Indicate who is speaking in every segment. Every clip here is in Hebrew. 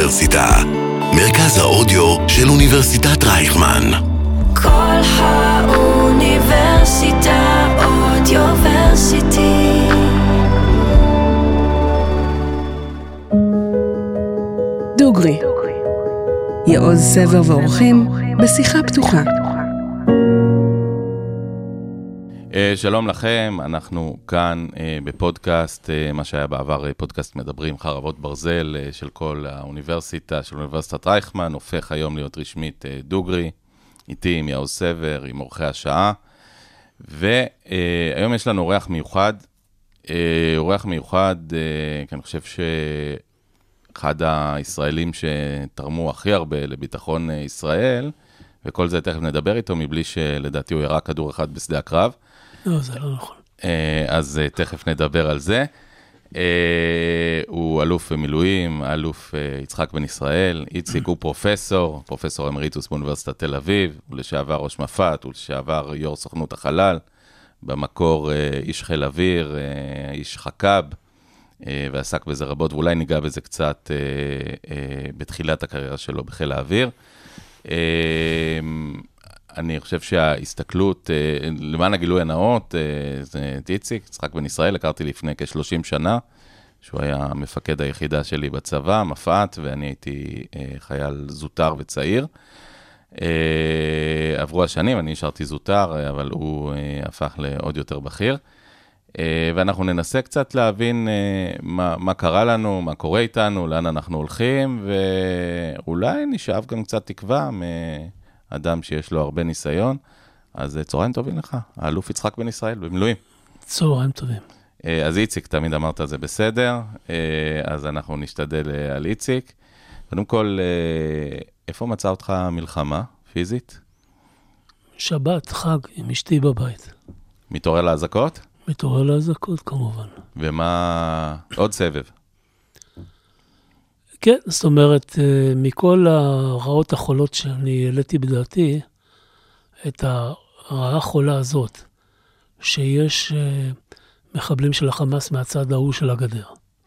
Speaker 1: האוניברסיטה, מרכז האודיו של אוניברסיטת רייכמן.
Speaker 2: כל האוניברסיטה אודיוורסיטי.
Speaker 3: דוגרי, יעוז סבר ואורחים בשיחה פתוחה.
Speaker 4: שלום לכם, אנחנו כאן בפודקאסט, מה שהיה בעבר פודקאסט מדברים חרבות ברזל של כל האוניברסיטה, של אוניברסיטת רייכמן, הופך היום להיות רשמית דוגרי, איתי עם יעוז סבר, עם אורחי השעה, והיום יש לנו אורח מיוחד, כי אני חושב שאחד הישראלים שתרמו הכי הרבה לביטחון ישראל, וכל זה תכף נדבר איתו, מבלי שלדעתי הוא ירה כדור אחד בשדה הקרב.
Speaker 5: לא, זה לא נכון.
Speaker 4: אז תכף נדבר על זה. הוא אלוף במילואים, אלוף יצחק בן ישראל. איציק הוא פרופסור אמריטוס באוניברסיטת תל אביב, הוא לשעבר ראש מפת, הוא לשעבר יו"ר סוכנות החלל, במקור איש חיל אוויר, איש חכ"ב, ועסק בזה רבות, ואולי ניגע בזה קצת בתחילת הקריירה שלו בחיל האוויר. אני חושב שההסתכלות, למען הגילוי הנאות, זה איציק, יצחק בן ישראל, הכרתי לפני כ-30 שנה, שהוא היה המפקד היחידה שלי בצבא, מפת, ואני הייתי חייל זוטר וצעיר. עברו השנים, אני נשארתי זוטר, אבל הוא הפך לעוד יותר בכיר. ואנחנו ננסה קצת להבין מה קרה לנו, מה קורה איתנו, לאן אנחנו הולכים, ואולי נשאב גם קצת תקווה אדם שיש לו הרבה ניסיון, אז צהריים טובים לך, האלוף יצחק בן ישראל במילואים.
Speaker 5: צהריים טובים.
Speaker 4: אז איציק, תמיד אמרת זה בסדר, אז אנחנו נשתדל על איציק. קודם כל, איפה מצא אותך מלחמה פיזית?
Speaker 5: שבת, חג, עם אשתי בבית.
Speaker 4: מתעורר להזעקות?
Speaker 5: מתעורר להזעקות כמובן.
Speaker 4: ומה עוד סבב?
Speaker 5: כן, זאת אומרת, מכל הרעות החולות שאני העליתי בדעתי, את הרעה החולה הזאת, שיש מחבלים של החמאס מהצד ההוא של הגדר,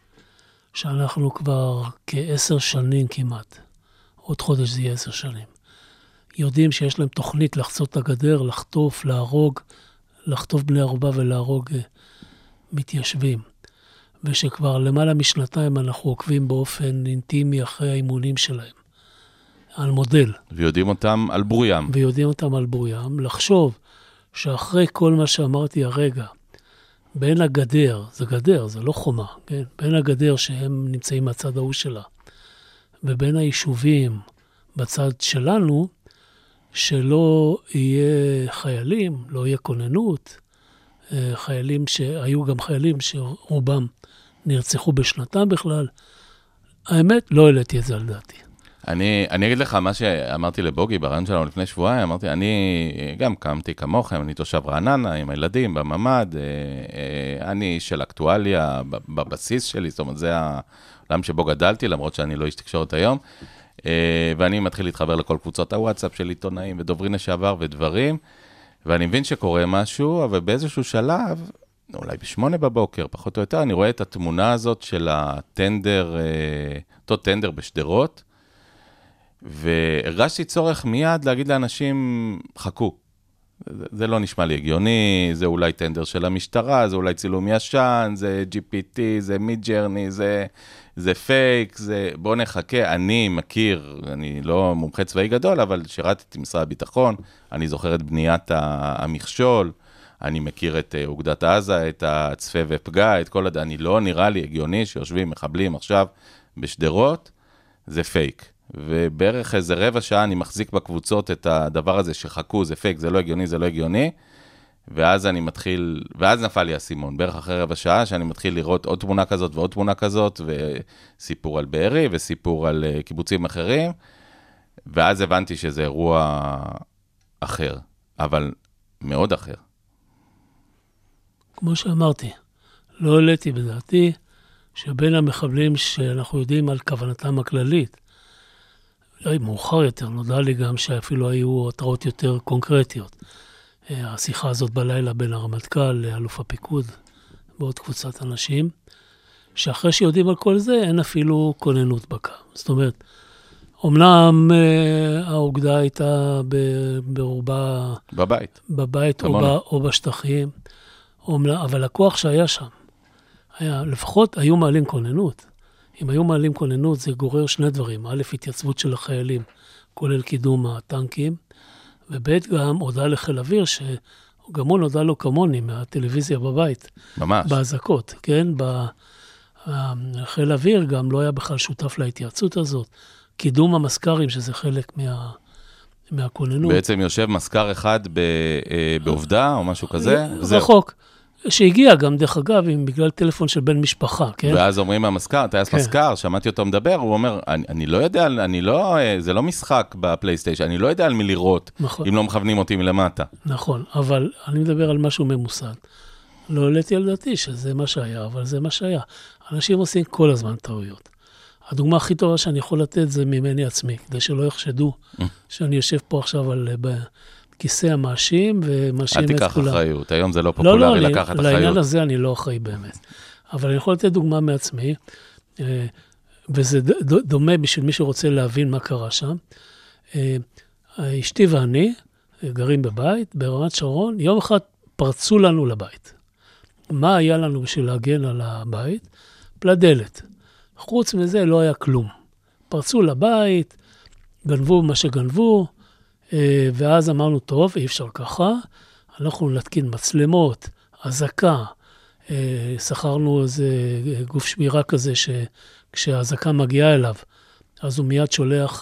Speaker 5: שאנחנו כבר כ10 שנים כמעט, עוד חודש זה יהיה 10 שנים, יודעים שיש להם תוכנית לחצות את הגדר, לחטוף, להרוג, לחטוף בני ערובה ולהרוג מתיישבים. ושכבר למעלה משנתיים אנחנו עוקבים באופן אינטימי אחרי האימונים שלהם, על מודל.
Speaker 4: ויודעים אותם על ברוים. לחשוב שאחרי כל מה שאמרתי הרגע, בין הגדר, זה גדר, זה לא חומה, כן? בין הגדר שהם נמצאים מהצד ההוא שלה, ובין היישובים בצד שלנו, שלא יהיה חיילים, לא יהיה כוננות, חיילים שהיו גם חיילים שרובם נרצחו בשנתם בכלל. האמת, לא העליתי את זה על דעתי. אני אגיד לך מה שאמרתי לבוגי ברעיון שלנו לפני שבועיים, אמרתי, אני גם קמתי כמוכם, אני תושב רעננה עם הילדים בממד, אני של אקטואליה בבסיס שלי, זאת אומרת, זה העולם שבו גדלתי, למרות שאני לא איש תקשורת היום, ואני מתחיל להתחבר לכל קבוצות הוואטסאפ של עיתונאים ודוברים לשעבר ודברים, ואני מבין שקורה משהו, אבל באיזשהו שלב, אולי ב8 בבוקר, פחות או יותר, אני רואה את התמונה הזאת של הטנדר, אותו טנדר בשדרות, והרגשתי צורך מיד להגיד לאנשים, חכו. זה לא נשמע לי הגיוני, זה אולי טנדר של המשטרה, זה אולי צילום ישן, זה GPT, זה מידג'רני, זה פייק, בוא נחכה, אני מכיר, אני לא מומחה צבאי גדול, אבל שירתתי משרד הביטחון, אני זוכר את בניית המכשול, אני מכיר את אוגדת עזה, את הצפה ופגע, את כל אני לא נראה לי הגיוני שיושבים מחבלים עכשיו בשדרות, זה פייק. ובערך איזה רבע שעה אני מחזיק בקבוצות את הדבר הזה שחכו, זה פייק, זה לא הגיוני, ואז אני מתחיל, ואז נפל לי הסימון, בערך אחרי רבע שעה, שאני מתחיל לראות עוד תמונה כזאת ועוד תמונה כזאת, וסיפור על בארי, וסיפור על קיבוצים אחרים, ואז הבנתי שזה אירוע אחר, אבל מאוד אחר.
Speaker 5: כמו שאמרתי, לא העליתי בדעתי, שבין המחבלים שאנחנו יודעים על כוונתם הכללית, מאוחר יותר, נודע לי גם שאפילו היו התראות יותר קונקרטיות. השיחה הזאת בלילה בין הרמטכ"ל לאלוף הפיקוד, בעוד קבוצת אנשים,
Speaker 4: שאחרי שיודעים על כל זה, אין אפילו כוננות בקו. זאת אומרת, אמנם האוגדה הייתה ברובה... בבית או בשטחים, אבל הכוח שהיה שם, לפחות היו מעלים כוננות. אם היו מעלים כוננות, זה גורר שני דברים. א', התייצבות של החיילים, כולל קידום הטנקים, וב' גם הודעה לחיל אוויר, שגם הוא נודע לו כמוני מהטלוויזיה בבית.
Speaker 2: ממש.
Speaker 4: בהזקות, כן? חיל אוויר גם לא היה בכלל שותף להתייעצות הזאת. קידום המזכרים, שזה חלק מהכוננות.
Speaker 2: בעצם יושב מזכר אחד בעובדה או משהו כזה?
Speaker 4: רחוק. שהגיע גם, דרך אגב, בגלל טלפון של בן משפחה, כן?
Speaker 2: ואז אומרים המזכר, טייס מזכר, שמעתי אותו מדבר, הוא אומר, אני לא יודע, זה לא משחק בפלייסטיישן, אני לא יודע על מי לראות, אם לא מכוונים אותי מלמטה.
Speaker 4: נכון, אבל אני מדבר על משהו ממוסד. לא העליתי על דעתי שזה מה שהיה, אבל זה מה שהיה. אנשים עושים כל הזמן טעויות. הדוגמה הכי טובה שאני יכול לתת זה ממני עצמי, כדי שלא יחשדו שאני יושב פה עכשיו על כיסא המאשים ומאשים את כולם.
Speaker 2: אל תיקח אחריות, היום זה לא פופולרי לקחת אחריות.
Speaker 4: לעניין הזה אני לא אחראי באמת. אבל אני יכול לתת דוגמה מעצמי, וזה דומה בשביל מי שרוצה להבין מה קרה שם. אשתי ואני גרים בבית, ברמת שרון, יום אחד פרצו לנו לבית. מה היה לנו בשביל להגן על הבית? פלדלת. חוץ מזה לא היה כלום. פרצו לבית, גנבו מה שגנבו, ואז אמרנו, טוב, אי אפשר ככה, אנחנו נתקין מצלמות, הזקה, שכרנו איזה גוף שמירה כזה, שכשהזקה מגיעה אליו, אז הוא מיד שולח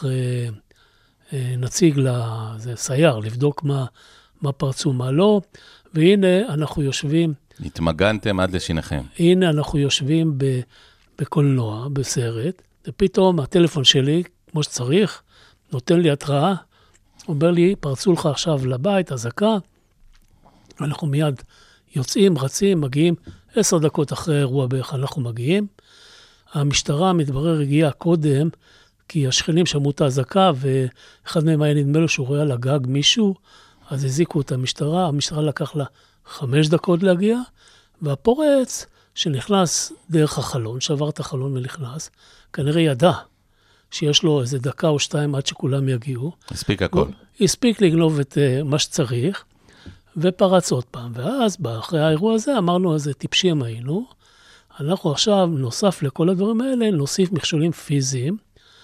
Speaker 4: נציג לסייר, לבדוק מה פרצו, מה לא, והנה אנחנו יושבים...
Speaker 2: התמגנתם עד לשיניכם.
Speaker 4: הנה אנחנו יושבים בקולנוע, בסרט, ופתאום הטלפון שלי, כמו שצריך, נותן לי התראה, אומר לי, פרצו לך עכשיו לבית, הזקה, אנחנו מיד יוצאים, רצים, מגיעים, 10 דקות אחרי אירוע בערך אנחנו מגיעים. המשטרה מתברר הגיעה קודם, כי השכנים שמעו את הזקה, ואחד מהם היה נדמה לו שהוא רואה על הגג מישהו, אז הזיקו את המשטרה, המשטרה לקח לה 5 דקות להגיע, והפורץ שנכנס דרך החלון, שעבר את החלון ונכנס, כנראה ידע שיש לו איזה דקה או 2 עד שכולם יגיעו.
Speaker 2: הספיק הכל.
Speaker 4: הספיק לגנוב את מה שצריך, ופרץ עוד פעם. ואז, אחרי האירוע הזה, אמרנו, איזה טיפשים היינו. אנחנו עכשיו, נוסף לכל הדברים האלה, נוסיף מכשולים פיזיים,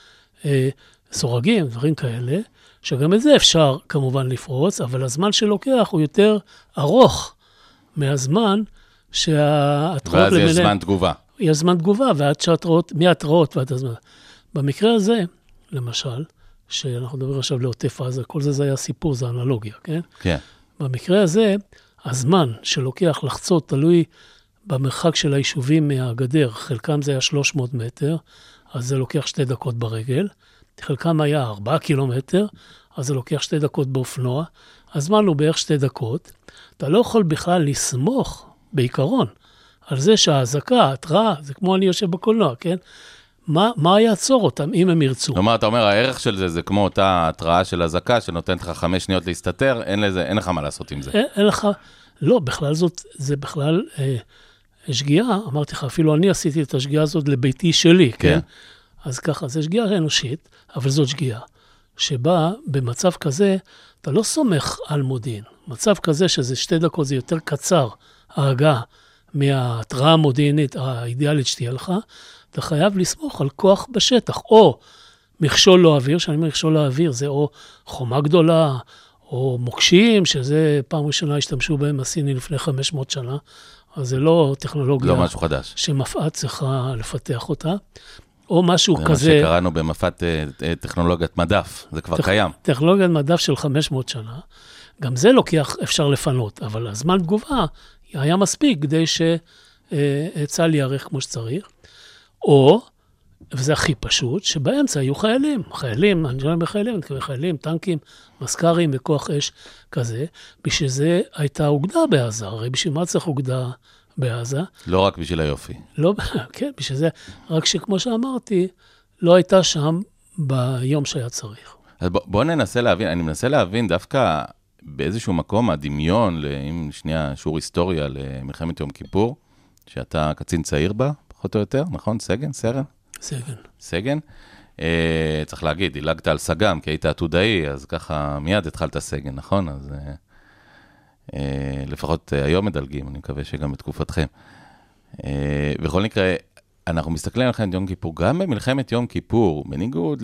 Speaker 4: סורגים, דברים כאלה, שגם את זה אפשר כמובן לפרוץ, אבל הזמן שלוקח הוא יותר ארוך מהזמן שההתראות
Speaker 2: ואז יש זמן תגובה.
Speaker 4: יש זמן תגובה, ועד מההתראות ועד הזמן. במקרה הזה, למשל, שאנחנו מדברים עכשיו לעוטף עזה, כל זה היה סיפור, זה אנלוגיה, כן?
Speaker 2: כן.
Speaker 4: במקרה הזה, הזמן שלוקח לחצות תלוי במרחק של היישובים מהגדר, חלקם זה היה 300 מטר, אז זה לוקח 2 דקות ברגל, חלקם היה 4 קילומטר, אז זה לוקח 2 דקות באופנוע, הזמן הוא בערך 2 דקות, אתה לא יכול בכלל לסמוך בעיקרון, על זה שההזקה, ההתראה, זה כמו אני יושב בקולנוע, כן? מה יעצור אותם אם הם ירצו?
Speaker 2: כלומר, אתה אומר, הערך של זה, זה כמו אותה התראה של הזקה, שנותנת לך 5 שניות להסתתר, אין לך מה לעשות עם זה.
Speaker 4: אין לך, לא, בכלל זה בכלל שגיאה, אמרתי לך, אפילו אני עשיתי את השגיאה הזאת לביתי שלי, כן? אז ככה, זה שגיאה אנושית, אבל זאת שגיאה, שבה במצב כזה, אתה לא סומך על מודיעין. מצב כזה שזה 2 דקות, זה יותר קצר, ההגעה מההתראה המודיעינית האידיאלית שתהיה לך, אתה חייב לסמוך על כוח בשטח, או מכשול לא אוויר, שאני אומר מכשול לא אוויר, זה או חומה גדולה, או מוקשים, שזה פעם ראשונה השתמשו בהם הסיני לפני 500 שנה, אז זה לא טכנולוגיה...
Speaker 2: לא משהו חדש.
Speaker 4: שמפעת צריכה לפתח אותה, או משהו כזה...
Speaker 2: זה מה שקראנו במפת טכנולוגיית מדף, זה כבר קיים.
Speaker 4: טכנולוגיית מדף של 500 שנה, גם זה לוקח, אפשר לפנות, אבל הזמן תגובה היה מספיק כדי שצה"ל יערך כמו שצריך, או, וזה הכי פשוט, שבאמצע היו חיילים, אני לא אומר חיילים, טנקים, מזכרים וכוח אש כזה, בשביל זה הייתה אוגדה בעזה, הרי בשביל מה צריך אוגדה בעזה?
Speaker 2: לא רק בשביל היופי.
Speaker 4: לא, כן, בשביל זה, רק שכמו שאמרתי, לא הייתה שם ביום שהיה צריך.
Speaker 2: אז בוא ננסה להבין, אני מנסה להבין דווקא באיזשהו מקום, הדמיון, אם שנייה שיעור היסטוריה למלחמת יום כיפור, שאתה קצין צעיר בה, פחות או יותר, נכון? סגן, סרן?
Speaker 4: סגן.
Speaker 2: סגן. צריך להגיד, דילגת על סגם, כי היית עתודאי, אז ככה מיד התחלת סגן, נכון? אז לפחות היום מדלגים, אני מקווה שגם בתקופתכם. בכל מקרה, אנחנו מסתכלים על יום כיפור, גם במלחמת יום כיפור, בניגוד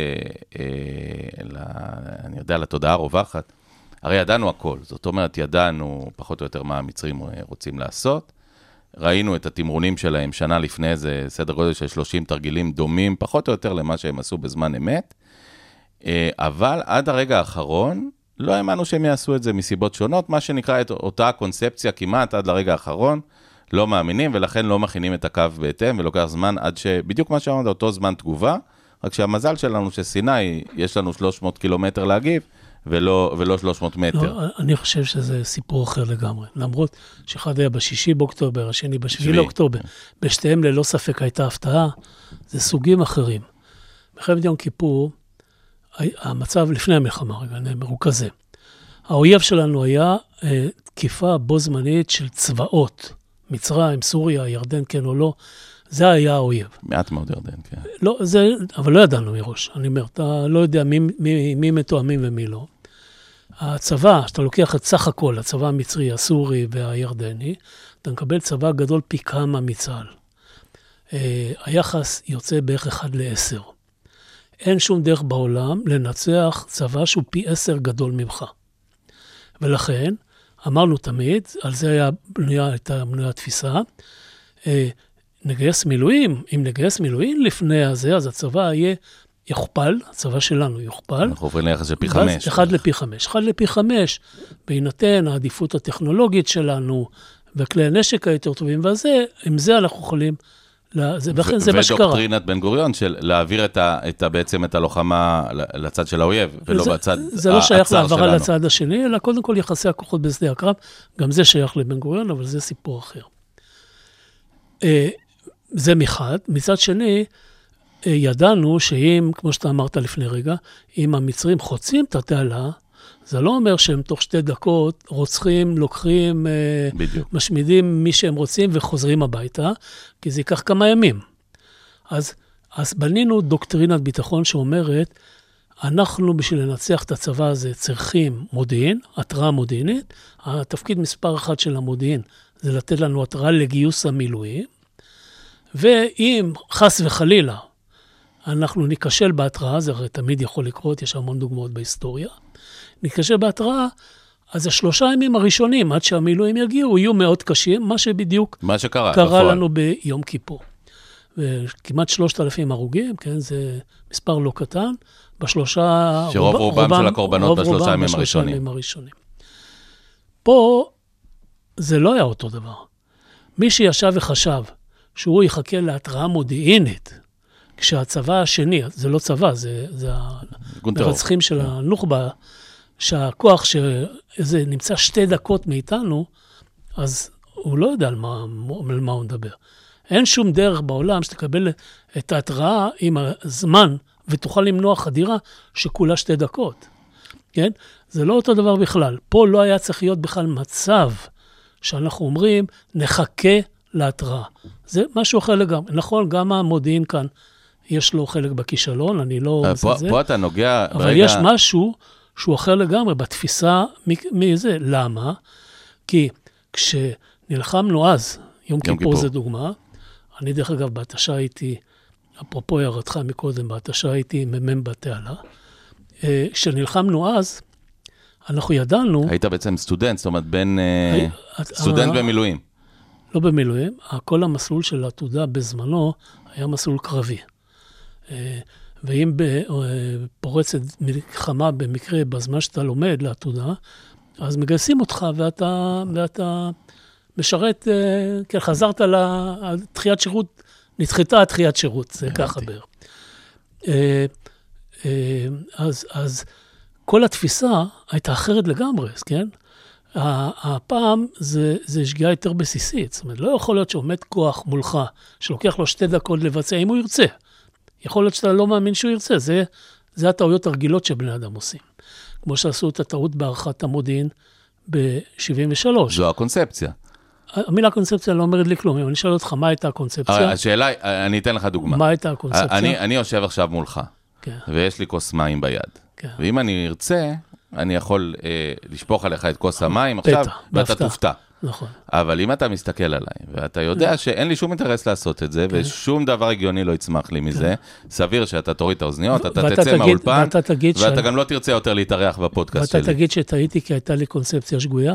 Speaker 2: אני יודע, לתודעה הרווחת, הרי ידענו הכל, זאת אומרת, ידענו פחות או יותר מה המצרים רוצים לעשות, ראינו את התמרונים שלהם שנה לפני זה, סדר גודל של 30 תרגילים דומים, פחות או יותר למה שהם עשו בזמן אמת, אבל עד הרגע האחרון, לא האמנו שהם יעשו את זה מסיבות שונות, מה שנקרא את אותה קונספציה כמעט עד לרגע האחרון, לא מאמינים, ולכן לא מכינים את הקו בהתאם, ולוקח זמן עד שבדיוק מה שאמרת, אותו זמן תגובה, רק שהמזל שלנו שסיני, יש לנו 300 קילומטר להגיב, ולא 300 מטר.
Speaker 4: לא, אני חושב שזה סיפור אחר לגמרי. למרות שאחד היה ב6 באוקטובר, השני ב7 לאוקטובר, בשתיהם ללא ספק הייתה הפתעה, זה סוגים אחרים. מלחמת יום כיפור, המצב לפני המלחמה, רגע, מרוכזה. האויב שלנו היה תקיפה בו זמנית של צבאות, מצרים, סוריה, ירדן, כן או לא, זה היה האויב.
Speaker 2: מעט מאוד ירדן, כן.
Speaker 4: לא, אבל לא ידענו מראש. אני אומר, אתה לא יודע מי מתואמים ומי לא. הצבא, שאתה לוקח את סך הכל, הצבא המצרי, הסורי והירדני, אתה מקבל צבא גדול פי כמה מצה"ל. היחס יוצא בערך 1:10. אין שום דרך בעולם לנצח צבא שהוא פי 10 גדול ממך. ולכן, אמרנו תמיד, על זה הייתה בנויה התפיסה, נגייס מילואים, אם נגייס מילואים לפני הזה, אז הצבא יוכפל, הצבא שלנו יוכפל.
Speaker 2: אנחנו עוברים ליחס של פי 5.
Speaker 4: 1:5. 1:5, בהינתן העדיפות הטכנולוגית שלנו, וכלי הנשק היותר טובים, וזה, עם זה אנחנו יכולים, ולכן זה מה שקרה.
Speaker 2: ודוקטרינת בן גוריון של להעביר בעצם את הלוחמה לצד של האויב, ולא בצד הצר שלנו.
Speaker 4: זה לא שייך להעברה לצד השני, אלא קודם כל יחסי הכוחות בשדה הקרב, גם זה שייך לבן גוריון, אבל זה סיפור אחר. זה מחד. מצד שני, ידענו שאם, כמו שאתה אמרת לפני רגע, אם המצרים חוצים את התעלה, זה לא אומר שהם תוך 2 דקות רוצחים, לוקחים, משמידים מי שהם רוצים וחוזרים הביתה, כי זה ייקח כמה ימים. אז בנינו דוקטרינת ביטחון שאומרת, אנחנו בשביל לנצח את הצבא הזה צריכים מודיעין, התראה מודיעינית, התפקיד מספר 1 של המודיעין זה לתת לנו התראה לגיוס המילואים, ואם חס וחלילה אנחנו ניקשל בהתראה, זה הרי תמיד יכול לקרות, יש המון דוגמאות בהיסטוריה, ניקשל בהתראה, אז 3 ימים הראשונים עד שהמילואים יגיעו, יהיו מאוד קשים, מה שבדיוק קרה לנו ביום כיפור. וכמעט 3,000 הרוגים, כן, זה מספר לא קטן,
Speaker 2: שרוב רובם של הקורבנות ב3 ימים
Speaker 4: הראשונים. פה זה לא היה אותו דבר. מי שישב וחשב שהוא יחכה להתראה מודיעינית, כשהצבא השני, זה לא צבא, זה הרצחים של הנוח'בה, שהכוח שזה נמצא 2 דקות מאיתנו, אז הוא לא יודע על מה הוא מדבר. אין שום דרך בעולם שתקבל את ההתראה עם הזמן, ותוכל למנוע חדירה שכולה 2 דקות. כן? זה לא אותו דבר בכלל. פה לא היה צריך להיות בכלל מצב שאנחנו אומרים, נחכה להתראה. זה משהו אחר לגמרי. נכון, גם המודיעין כאן, יש לו חלק בכישלון, אני לא עושה זה.
Speaker 2: פה אתה נוגע...
Speaker 4: אבל יש משהו שהוא אחר לגמרי בתפיסה מזה. למה? כי כשנלחמנו אז, יום כיפור זה דוגמה, אני דרך אגב בהתשה הייתי, אפרופו הערתך מקודם, בהתשה הייתי ממם בתעלה. כשנלחמנו אז, אנחנו ידענו...
Speaker 2: היית בעצם סטודנט, זאת אומרת, בין סטודנט במילואים.
Speaker 4: לא במילואים, כל המסלול של העתודה בזמנו היה מסלול קרבי. ואם פורצת מלחמה במקרה בזמן שאתה לומד לעתודה, אז מגייסים אותך ואתה משרת, כן, חזרת לתחיית שירות, נדחתה תחיית שירות, זה ככה בערך. אז כל התפיסה הייתה אחרת לגמרי, כן? הפעם זה שגיאה יותר בסיסית, זאת אומרת, לא יכול להיות שעומד כוח מולך, שלוקח לו 2 דקות לבצע, אם הוא ירצה. יכול להיות שאתה לא מאמין שהוא ירצה, זה הטעויות הרגילות שבני אדם עושים. כמו שעשו את הטעות בערכת המודיעין ב-73.
Speaker 2: זו הקונספציה.
Speaker 5: המילה קונספציה לא אומרת לי כלום. אם אני שואל אותך, מה הייתה הקונספציה?
Speaker 2: השאלה, אני אתן לך דוגמה.
Speaker 5: מה הייתה הקונספציה?
Speaker 2: אני יושב עכשיו מולך, ויש לי כוס מים ביד. ואם אני ארצה, אני יכול לשפוך עליך את כוס המים עכשיו, ואתה תופתע.
Speaker 5: נכון.
Speaker 2: אבל אם אתה מסתכל עליי, ואתה יודע שאין לי שום אינטרס לעשות את זה, ושום דבר הגיוני לא יצמח לי מזה, סביר שאתה תוריד את האוזניות, אתה תצא מהאולפן, ואתה גם לא תרצה יותר להתארח בפודקאסט שלי.
Speaker 5: ואתה תגיד שטעיתי כי הייתה לי קונספציה שגויה?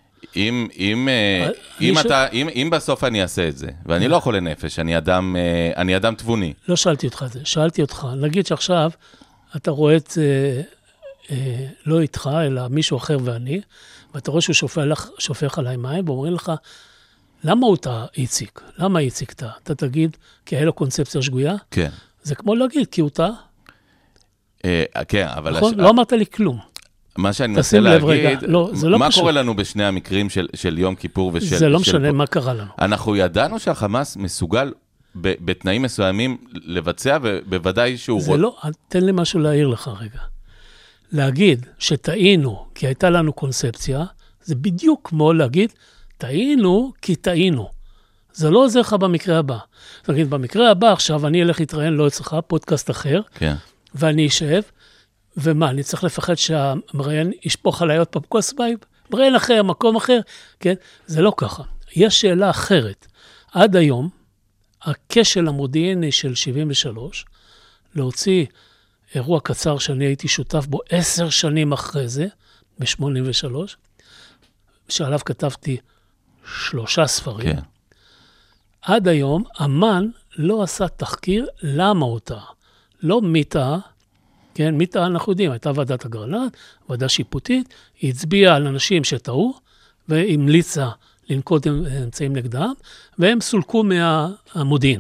Speaker 2: אם בסוף אני אעשה את זה, ואני לא חולה נפש, אני אדם תבוני.
Speaker 5: לא שאלתי אותך את זה, שאלתי אותך, נגיד שעכשיו אתה רואה את זה לא איתך, אלא מישהו אחר ואני, ואתה רואה שהוא שופך עליי מים, ואומרים לך, למה הוא איציק? למה איציק טעה? אתה תגיד, כי היה לו קונספציה שגויה?
Speaker 2: כן.
Speaker 5: זה כמו להגיד, כי הוא טעה?
Speaker 2: כן, אבל...
Speaker 5: נכון? לא אמרת לי כלום.
Speaker 2: מה שאני מנסה להגיד, מה קורה לנו בשני המקרים של יום כיפור ושל...
Speaker 5: זה לא משנה מה קרה לנו.
Speaker 2: אנחנו ידענו שהחמאס מסוגל בתנאים מסוימים לבצע, ובוודאי שהוא...
Speaker 5: זה לא, תן לי משהו להעיר לך רגע. להגיד שטעינו כי הייתה לנו קונספציה, זה בדיוק כמו להגיד, טעינו כי טעינו. זה לא עוזר לך במקרה הבא. נגיד, במקרה הבא, עכשיו אני אלך להתראיין, לא אצלך, פודקאסט אחר,
Speaker 2: כן.
Speaker 5: ואני אשב, ומה, אני צריך לפחד שהמראיין ישפוך עליי עוד פעם כוס מים? מראיין אחר, מקום אחר, כן? זה לא ככה. יש שאלה אחרת. עד היום, הכשל המודיעיני של 73, להוציא אירוע קצר שאני הייתי שותף בו 10 שנים אחרי זה, ב-83, שעליו כתבתי 3 ספרים. כן. עד היום, אמן לא עשה תחקיר למה הוא טעה. לא מי טעה, כן, מי טעה אנחנו יודעים, הייתה ועדת אגרנט, ועדה שיפוטית, היא הצביעה על אנשים שטעו, והמליצה לנקוט אמצעים נגדם, והם סולקו מהמודיעין.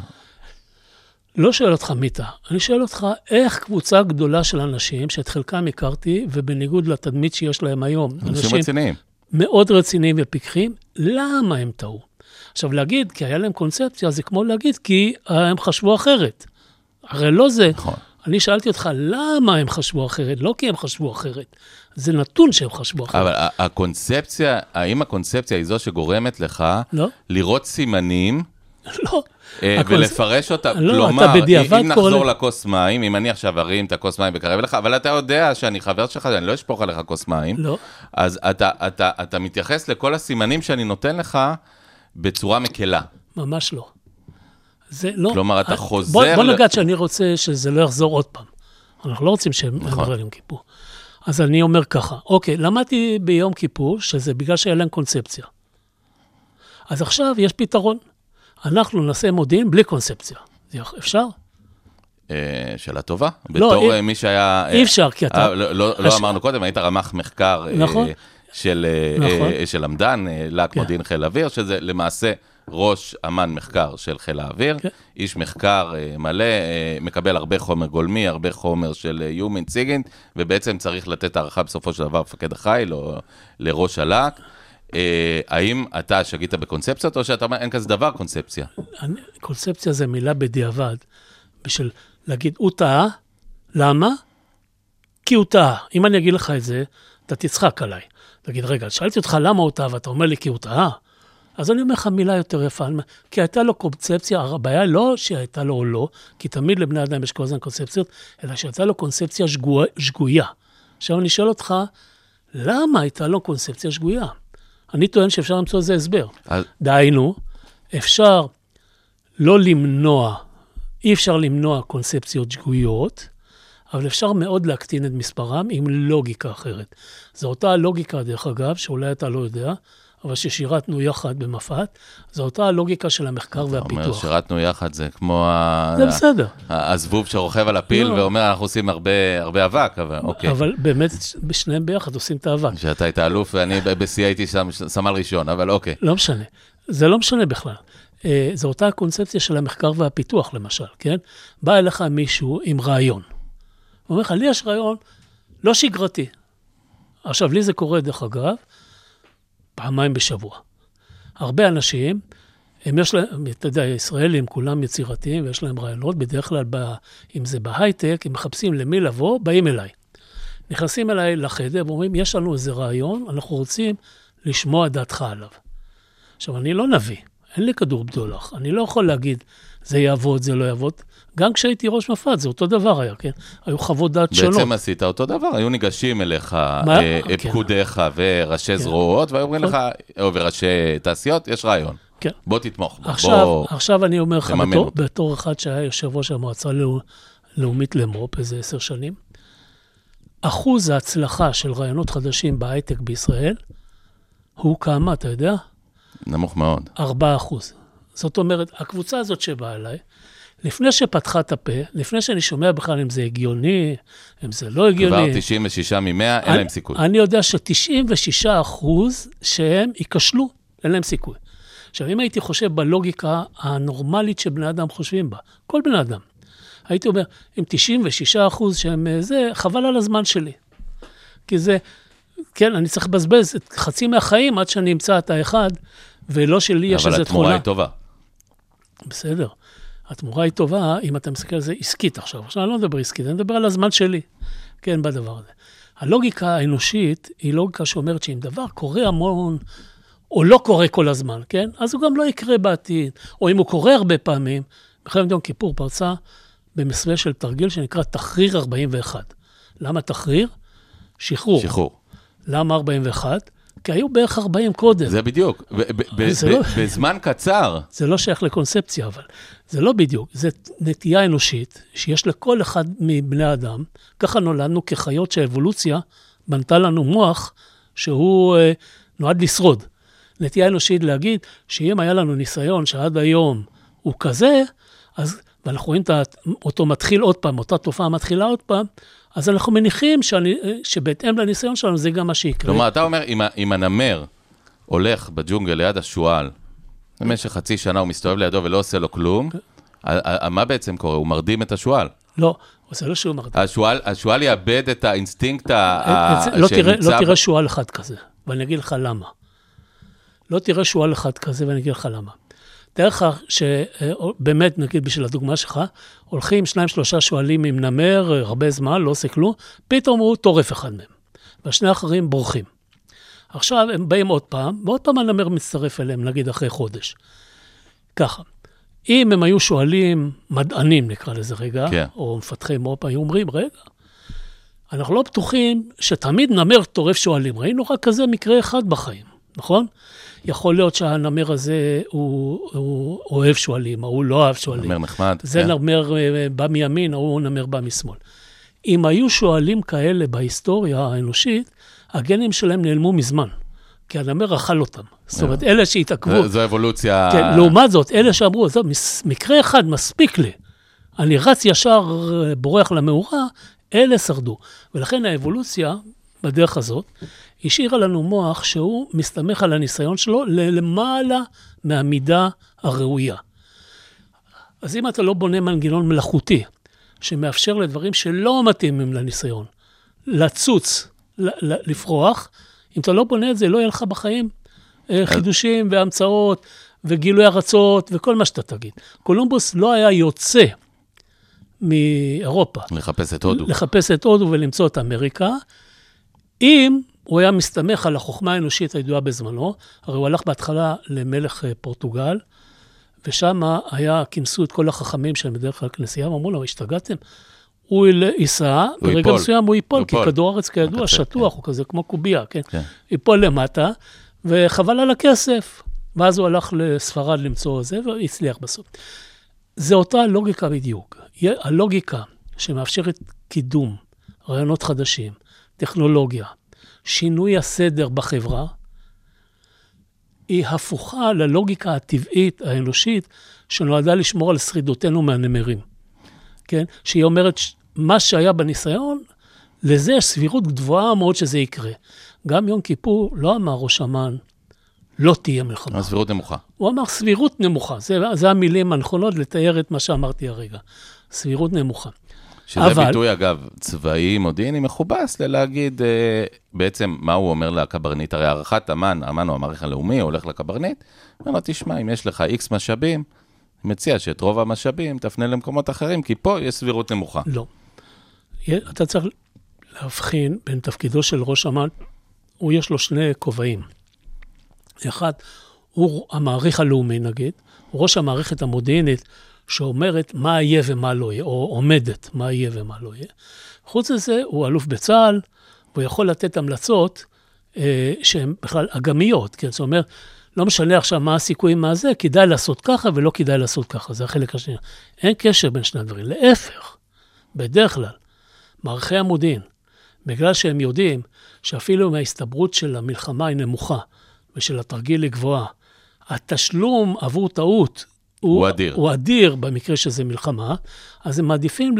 Speaker 5: לא שואל אותך מי טעה, אני שואל אותך איך קבוצה גדולה של אנשים, שאת חלקם הכרתי, ובניגוד לתדמית שיש להם היום,
Speaker 2: אנשים רציניים.
Speaker 5: מאוד רציניים ופיקחים, למה הם טעו? עכשיו להגיד, כי היה להם קונספציה, זה כמו להגיד, כי הם חשבו אחרת. הרי לא זה.
Speaker 2: נכון.
Speaker 5: אני שאלתי אותך, למה הם חשבו אחרת? לא כי הם חשבו אחרת. זה נתון שהם חשבו אחרת.
Speaker 2: אבל הקונספציה, האם הקונספציה היא זו שגורמת לך לראות סימנים,
Speaker 5: לא.
Speaker 2: ולפרש אותה, כלומר, אם נחזור לכוס מים, אם אני עכשיו ארים את הכוס מים וקרב אליך, אבל אתה יודע שאני חבר שלך, אני לא אשפוך עליך כוס מים, אז אתה מתייחס לכל הסימנים שאני נותן לך בצורה מקלה.
Speaker 5: ממש לא. זה לא.
Speaker 2: כלומר, אתה חוזר...
Speaker 5: בוא נגד שאני רוצה שזה לא יחזור עוד פעם. אנחנו לא רוצים שהם יחזרו ליום כיפור. אז אני אומר ככה, אוקיי, למדתי ביום כיפור שזה בגלל שהיה להם קונספציה. אז עכשיו יש פתרון. אנחנו נעשה מודיעין בלי קונספציה. אפשר?
Speaker 2: שאלה טובה. בתור מי שהיה...
Speaker 5: אי אפשר, כי אתה...
Speaker 2: לא אמרנו קודם, היית רמ"ח מחקר של עמדן, לק מודיעין חיל האוויר, שזה למעשה ראש אמן מחקר של חיל האוויר, איש מחקר מלא, מקבל הרבה חומר גולמי, הרבה חומר של Human Sigint, ובעצם צריך לתת הערכה בסופו של דבר מפקד החיל או לראש הלק. האם אתה שגית בקונספציות, או שאתה אומר, אין כזה דבר קונספציה?
Speaker 5: קונספציה זה מילה בדיעבד, בשביל להגיד, הוא טעה, למה? כי הוא טעה. אם אני אגיד לך את זה, אתה תצחק עליי. תגיד, רגע, שאלתי אותך למה הוא טעה, ואתה אומר לי כי הוא טעה. אז אני אומר לך מילה יותר יפה, כי הייתה לו קונספציה, הבעיה לא שהייתה לו או לא, כי תמיד לבני אדם יש כל הזמן קונספציות, אלא שהייתה לו קונספציה שגויה. עכשיו אני שואל אותך, למה הייתה לו קונספציה שגויה? אני טוען שאפשר למצוא איזה הסבר. דהיינו, אפשר לא למנוע, אי אפשר למנוע קונספציות שגויות, אבל אפשר מאוד להקטין את מספרם עם לוגיקה אחרת. זו אותה הלוגיקה, דרך אגב, שאולי אתה לא יודע, אבל ששירתנו יחד במפת, זו אותה הלוגיקה של המחקר והפיתוח.
Speaker 2: אתה אומר, שירתנו יחד, זה כמו
Speaker 5: זה בסדר.
Speaker 2: הזבוב שרוכב על הפיל ואומר, אנחנו עושים הרבה אבק, אבל אוקיי.
Speaker 5: אבל באמת, בשניהם ביחד עושים את האבק.
Speaker 2: שאתה היית אלוף, ואני בשיא הייתי סמל ראשון, אבל אוקיי.
Speaker 5: לא משנה. זה לא משנה בכלל. זו אותה הקונספציה של המחקר והפיתוח, למשל, כן? בא אליך מישהו עם רעיון. הוא אומר לך, לי יש רעיון לא שגרתי. עכשיו, לי זה קורה, דרך אגב, פעמיים בשבוע. הרבה אנשים, יש להם, אתה יודע, ישראלים כולם יצירתיים, ויש להם רעיונות, בדרך כלל, אם זה בהייטק, הם מחפשים למי לבוא, באים אליי. נכנסים אליי לחדר, ואומרים, יש לנו איזה רעיון, אנחנו רוצים לשמוע דעתך עליו.
Speaker 4: עכשיו, אני לא נביא, אין לי כדור בדולח, אני לא יכול להגיד, זה יעבוד, זה לא יעבוד. גם כשהייתי ראש מפת, זה אותו דבר היה, כן? היו חוות דעת שונות.
Speaker 2: בעצם עשית אותו דבר, היו ניגשים אליך פקודיך וראשי זרועות, והיו אומרים לך, וראשי תעשיות, יש רעיון.
Speaker 4: כן.
Speaker 2: בוא תתמוך.
Speaker 4: עכשיו אני אומר לך, בתור אחד שהיה יושב ראש המועצה לאומית למו"פ, איזה 10 שנים, אחוז ההצלחה של רעיונות חדשים בהייטק בישראל, הוא כמה, אתה יודע?
Speaker 2: נמוך מאוד.
Speaker 4: 4%. זאת אומרת, הקבוצה הזאת שבאה אליי, לפני שפתחה את הפה, לפני שאני שומע בכלל אם זה הגיוני, אם זה לא הגיוני.
Speaker 2: כבר 96 מ-100, אין להם סיכוי.
Speaker 4: אני יודע ש96% שהם ייכשלו, אין להם סיכוי. עכשיו, אם הייתי חושב בלוגיקה הנורמלית שבני אדם חושבים בה, כל בני אדם, הייתי אומר, עם 96% שהם זה, חבל על הזמן שלי. כי זה, כן, אני צריך לבזבז את חצי מהחיים עד שאני אמצא את האחד, ולא שלי יש איזו תכונה. אבל
Speaker 2: התמורה היא טובה.
Speaker 4: בסדר. התמורה היא טובה, אם אתה מסתכל על זה עסקית עכשיו. עכשיו, אני לא מדבר עסקית, אני מדבר על הזמן שלי. כן, בדבר הזה. הלוגיקה האנושית היא לוגיקה שאומרת שאם דבר קורה המון, או לא קורה כל הזמן, כן? אז הוא גם לא יקרה בעתיד. או אם הוא קורה הרבה פעמים, מלחמת יום כיפור פרצה במסווה של תרגיל שנקרא תחריר 41. למה תחריר? שחרור.
Speaker 2: שחרור.
Speaker 4: למה 41? כי היו בערך 40 קודם.
Speaker 2: זה בדיוק. בזמן קצר.
Speaker 4: זה לא שייך לקונספציה, אבל זה לא בדיוק. זה נטייה אנושית שיש לכל אחד מבני האדם. ככה נולדנו כחיות שהאבולוציה בנתה לנו מוח שהוא נועד לשרוד. נטייה אנושית להגיד שאם היה לנו ניסיון שעד היום הוא כזה, אז, ואנחנו רואים אותו מתחיל עוד פעם, אותה תופעה מתחילה עוד פעם, אז אנחנו מניחים שבהתאם לניסיון שלנו זה גם מה שיקרה.
Speaker 2: כלומר, אתה אומר, אם הנמר הולך בג'ונגל ליד השואל, במשך חצי שנה הוא מסתובב לידו ולא עושה לו כלום, מה בעצם קורה? הוא מרדים את השואל?
Speaker 4: לא, זה לא שהוא מרדים.
Speaker 2: השואל יאבד את האינסטינקט
Speaker 4: לא תראה שואל אחד כזה, ואני אגיד לך למה. לא תראה שואל אחד כזה, ואני אגיד לך למה. תאר לך שבאמת, נגיד בשביל הדוגמה שלך, הולכים 2-3 שואלים עם נמר, הרבה זמן, לא עושה כלום, פתאום הוא טורף אחד מהם, והשני האחרים בורחים. עכשיו הם באים עוד פעם, ועוד פעם הנמר מצטרף אליהם, נגיד אחרי חודש. ככה, אם הם היו שואלים מדענים, נקרא לזה רגע, כן. או מפתחי מו"פ, היו אומרים, רגע, אנחנו לא בטוחים שתמיד נמר טורף שואלים, ראינו רק כזה מקרה אחד בחיים, נכון? יכול להיות שהנמר הזה הוא אוהב שואלים, הוא לא אוהב שואלים.
Speaker 2: נמר נחמד.
Speaker 4: זה נמר בא מימין, הוא נמר בא משמאל. אם היו שואלים כאלה בהיסטוריה האנושית, הגנים שלהם נעלמו מזמן, כי הנמר אכל אותם. זאת אומרת, אלה שהתעכבו.
Speaker 2: זו אבולוציה.
Speaker 4: כן, לעומת זאת, אלה שאמרו, מקרה אחד מספיק לי, אני רץ ישר בורח למאורה, אלה שרדו. ולכן האבולוציה, בדרך הזאת, השאירה לנו מוח שהוא מסתמך על הניסיון שלו למעלה מהמידה הראויה. אז אם אתה לא בונה מנגנון מלאכותי, שמאפשר לדברים שלא מתאימים לניסיון, לצוץ, לפרוח, אם אתה לא בונה את זה, לא יהיה לך בחיים חידושים והמצאות וגילוי ארצות וכל מה שאתה תגיד. קולומבוס לא היה יוצא מאירופה. לחפש את הודו ולמצוא את אמריקה, אם הוא היה מסתמך על החוכמה האנושית הידועה בזמנו, הרי הוא הלך בהתחלה למלך פורטוגל, ושם היה, כינסו את כל החכמים שהם בדרך כלל כנסייה, ואמרו לו, השתגעתם? הוא ייסע, ברגע מסוים הוא ייפול, כי כדור הארץ כידוע שטוח, הוא כזה כמו קוביה, כן? ייפול למטה, וחבל על הכסף. ואז הוא הלך לספרד למצוא זה, והצליח בסוף. זה אותה לוגיקה בדיוק. הלוגיקה שמאפשרת קידום, רעיונות חדשים, טכנולוגיה, שינוי הסדר בחברה, היא הפוכה ללוגיקה הטבעית האנושית, שנועדה לשמור על שרידותנו מהנמרים. כן? שהיא אומרת, מה שהיה בניסיון, לזה יש סבירות גבוהה מאוד שזה יקרה. גם יום כיפור לא אמר ראש אמ"ן, לא תהיה מלחמה.
Speaker 2: הסבירות נמוכה.
Speaker 4: הוא אמר סבירות נמוכה. זה המילים הנכונות לתאר את מה שאמרתי הרגע. סבירות נמוכה.
Speaker 2: שזה ביטוי, אגב, צבאי, מודיעיני, מכובס, ללהגיד בעצם מה הוא אומר לקברניט. הרי הערכת אמן הוא המעריך הלאומי, הוא הולך לקברניט, אומר לו, תשמע, אם יש לך איקס משאבים, אני מציע שאת רוב המשאבים תפנה למקומות אחרים, כי פה יש סבירות נמוכה.
Speaker 4: לא. אתה צריך להבחין בין תפקידו של ראש אמ"ן, יש לו 2 כובעים. אחד,
Speaker 5: הוא המעריך הלאומי נגיד, הוא ראש המערכת המודיעינית, שאומרת מה יהיה ומה לא יהיה, או עומדת מה יהיה ומה לא יהיה. חוץ לזה, הוא אלוף בצה"ל, והוא יכול לתת המלצות שהן בכלל אגמיות, כן? זאת אומרת, לא משנה עכשיו מה הסיכויים מה זה, כדאי לעשות ככה ולא כדאי לעשות ככה, זה החלק השני. אין קשר בין שני הדברים, להפך, בדרך כלל, מערכי המודיעין, בגלל שהם יודעים שאפילו מההסתברות של המלחמה היא נמוכה, ושל התרגיל היא גבוהה, התשלום עבור טעות הוא אדיר במקרה שזה מלחמה, אז הם מעדיפים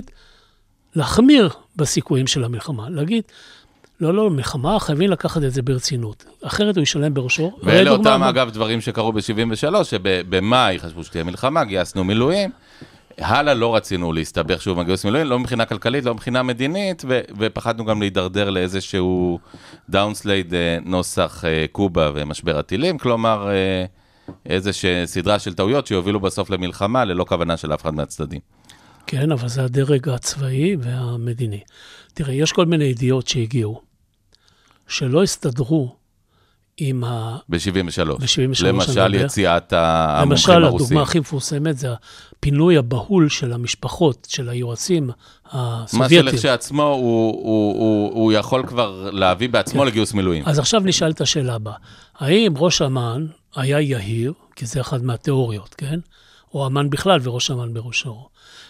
Speaker 5: להחמיר בסיכויים של המלחמה, להגיד, לא, מלחמה, חייבים לקחת את זה ברצינות. אחרת הוא ישלם בראשו.
Speaker 2: ואלה אותם, אגב, דברים שקרו ב-73, שבמאי חשבו שתהיה מלחמה, גייסנו מילואים, הלאה לא רצינו להסתבך שוב מגיוס מילואים, לא מבחינה כלכלית, לא מבחינה מדינית, ופחדנו גם להידרדר לאיזשהו דאונסלייד נוסח קובה ומשבר הטילים, כלומר, איזושהי סדרה של טעויות שיובילו בסוף למלחמה, ללא כוונה של אף אחד מהצדדים.
Speaker 5: כן, אבל זה הדרג הצבאי והמדיני. תראה, יש כל מיני ידיעות שהגיעו, שלא הסתדרו עם
Speaker 2: ב-73. למשל, יציאת המומחים הרוסים.
Speaker 5: למשל, הדוגמה הכי מפורסמת זה הפינוי הבהול של המשפחות, של היועצים הסובייטיים.
Speaker 2: מה שלכשעצמו הוא יכול כבר להביא בעצמו לגיוס מילואים.
Speaker 5: אז עכשיו נשאל את השאלה הבאה. האם ראש אמ"ן היה יהיר, כי זה אחד מהתיאוריות, כן? או אמ"ן בכלל וראש אמ"ן בראשו.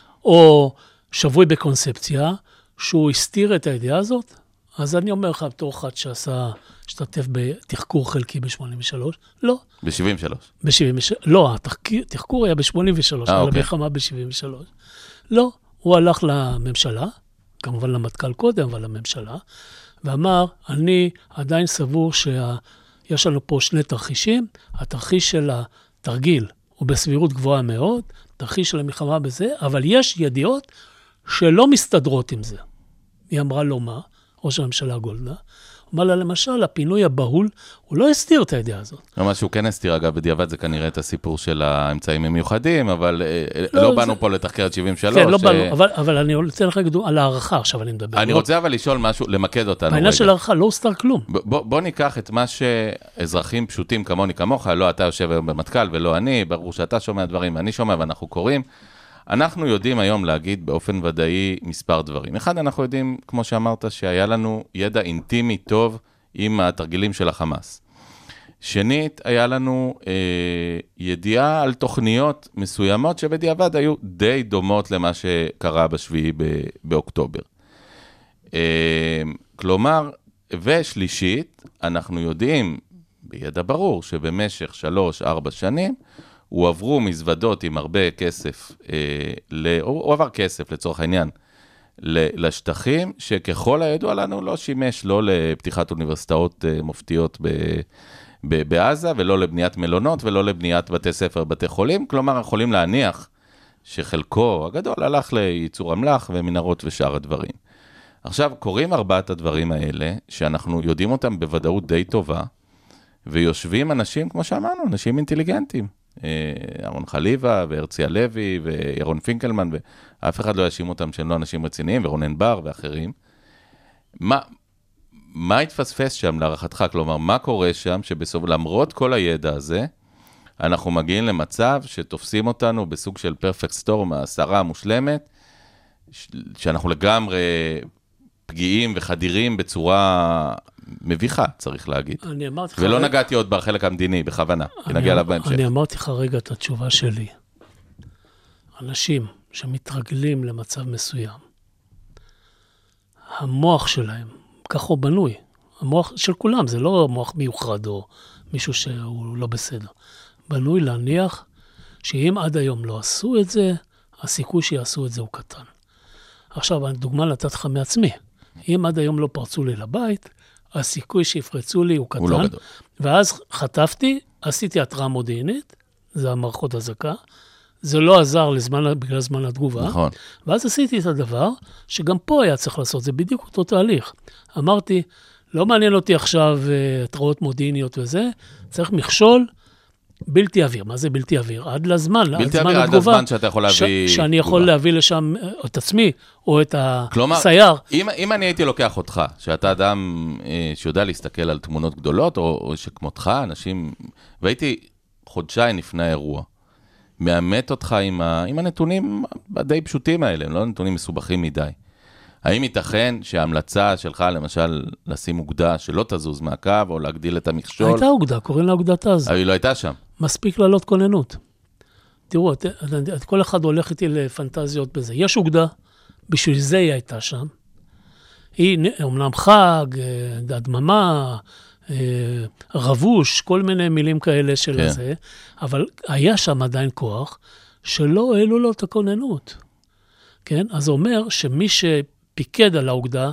Speaker 5: או שבוי בקונספציה, שהוא הסתיר את הידיעה הזאת? אז אני אומר לך, בתור אחד השתתף בתחקור חלקי ב-83, לא.
Speaker 2: ב-73?
Speaker 5: לא, התחקור היה ב-83, על המלחמה ב-73. לא, הוא הלך לממשלה, כמובן למטכ"ל קודם, אבל לממשלה, ואמר, אני עדיין סבור שיש לנו פה שני תרחישים, התרחיש של התרגיל הוא בסבירות גבוהה מאוד, תרחיש של המלחמה בזה, אבל יש ידיעות שלא מסתדרות עם זה. היא אמרה לו מה? ראש הממשלה גולדה. אמר לה, למשל, הפינוי הבהול, הוא לא הסתיר את הידיעה הזאת.
Speaker 2: מה שהוא כן הסתיר, אגב, בדיעבד זה כנראה את הסיפור של האמצעים המיוחדים, אבל לא באנו פה לתחקר את 73.
Speaker 5: כן, לא באנו, אבל אני רוצה לך לדבר על הערכה, עכשיו אני מדבר.
Speaker 2: אני רוצה אבל לשאול משהו, למקד אותנו.
Speaker 5: בעניין של הערכה לא הוסתר כלום.
Speaker 2: בוא ניקח את מה שאזרחים פשוטים כמוני, כמוך, לא אתה יושב היום במטכ"ל ולא אני, ברור שאתה שומע דברים, אני שומע ואנחנו קוראים. אנחנו יודעים היום להגיד באופן ודאי מספר דברים. אחד, אנחנו יודעים, כמו שאמרת, שהיה לנו ידע אינטימי טוב עם התרגילים של החמאס. שנית, היה לנו ידיעה על תוכניות מסוימות שבדיעבד היו די דומות למה שקרה בשביעי באוקטובר. כלומר, ושלישית, אנחנו יודעים בידע ברור שבמשך 3-4 שנים, הועברו מזוודות עם הרבה כסף, הוא עבר כסף לצורך העניין, לשטחים, שככל הידוע לנו לא שימש לא לפתיחת אוניברסיטאות מופתיות בעזה, ולא לבניית מלונות, ולא לבניית בתי ספר, בתי חולים, כלומר, יכולים להניח שחלקו הגדול הלך לייצור אמל"ח ומנהרות ושאר הדברים. עכשיו, קוראים 4 הדברים האלה, שאנחנו יודעים אותם בוודאות די טובה, ויושבים אנשים, כמו שאמרנו, אנשים אינטליגנטים. אהרון חליבה, והרצי הלוי, וירון פינקלמן, ואף אחד לא יאשים אותם שהם לא אנשים רציניים, ורונן בר ואחרים. מה התפספס שם להערכתך? כלומר, מה קורה שם למרות כל הידע הזה, אנחנו מגיעים למצב שתופסים אותנו בסוג של פרפקט סטורם, הסערה המושלמת, שאנחנו לגמרי פגיעים וחדירים בצורה מביכה, צריך להגיד. ולא נגעתי עוד בחלק המדיני, בכוונה, כי נגיע אליו בהמשך.
Speaker 5: אני אמרתי לך רגע את התשובה שלי. אנשים שמתרגלים למצב מסוים, המוח שלהם, כך הוא בנוי, המוח של כולם, זה לא מוח מיוחד או מישהו שהוא לא בסדר. בנוי להניח שאם עד היום לא עשו את זה, הסיכוי שיעשו את זה הוא קטן. עכשיו, דוגמה לתת לך מעצמי. אם עד היום לא פרצו לי לבית, הסיכוי שיפרצו לי הוא קטן.
Speaker 2: הוא לא גדול.
Speaker 5: ואז חטפתי, עשיתי התראה מודיעינית, זה המערכות הזקה, זה לא עזר בגלל זמן התגובה.
Speaker 2: נכון.
Speaker 5: ואז עשיתי את הדבר, שגם פה היה צריך לעשות, זה בדיוק אותו תהליך. אמרתי, לא מעניין אותי עכשיו התראות מודיעיניות וזה, צריך מכשול בלתי אוויר, מה זה בלתי אוויר? עד לזמן,
Speaker 2: בלתי אוויר עד הזמן שאתה יכול להביא...
Speaker 5: שאני יכול להביא לשם את עצמי, או את הסייר.
Speaker 2: כלומר, אם אני הייתי לוקח אותך, שאתה אדם שיודע להסתכל על תמונות גדולות, או שכמותך, אנשים... והייתי חודשיים לפני האירוע, מאמת אותך עם הנתונים הדי פשוטים האלה, הם לא נתונים מסובכים מדי. האם ייתכן שההמלצה שלך, למשל, לשים אוגדה שלא תזוז מהקו, או להגדיל את המכשול?
Speaker 5: הייתה אוגדה, קוראים לה אוגדת עזה.
Speaker 2: אבל היא לא הייתה שם.
Speaker 5: מספיק לעלות כוננות. תראו, כל אחד הולך איתי לפנטזיות בזה. יש אוגדה, בשביל זה היא הייתה שם. היא אומנם חג, הדממה, רבוש, כל מיני מילים כאלה של זה, אבל היה שם עדיין כוח שלא העלו לו את הכוננות. כן? אז זה אומר שמי שפיקד על האוגדה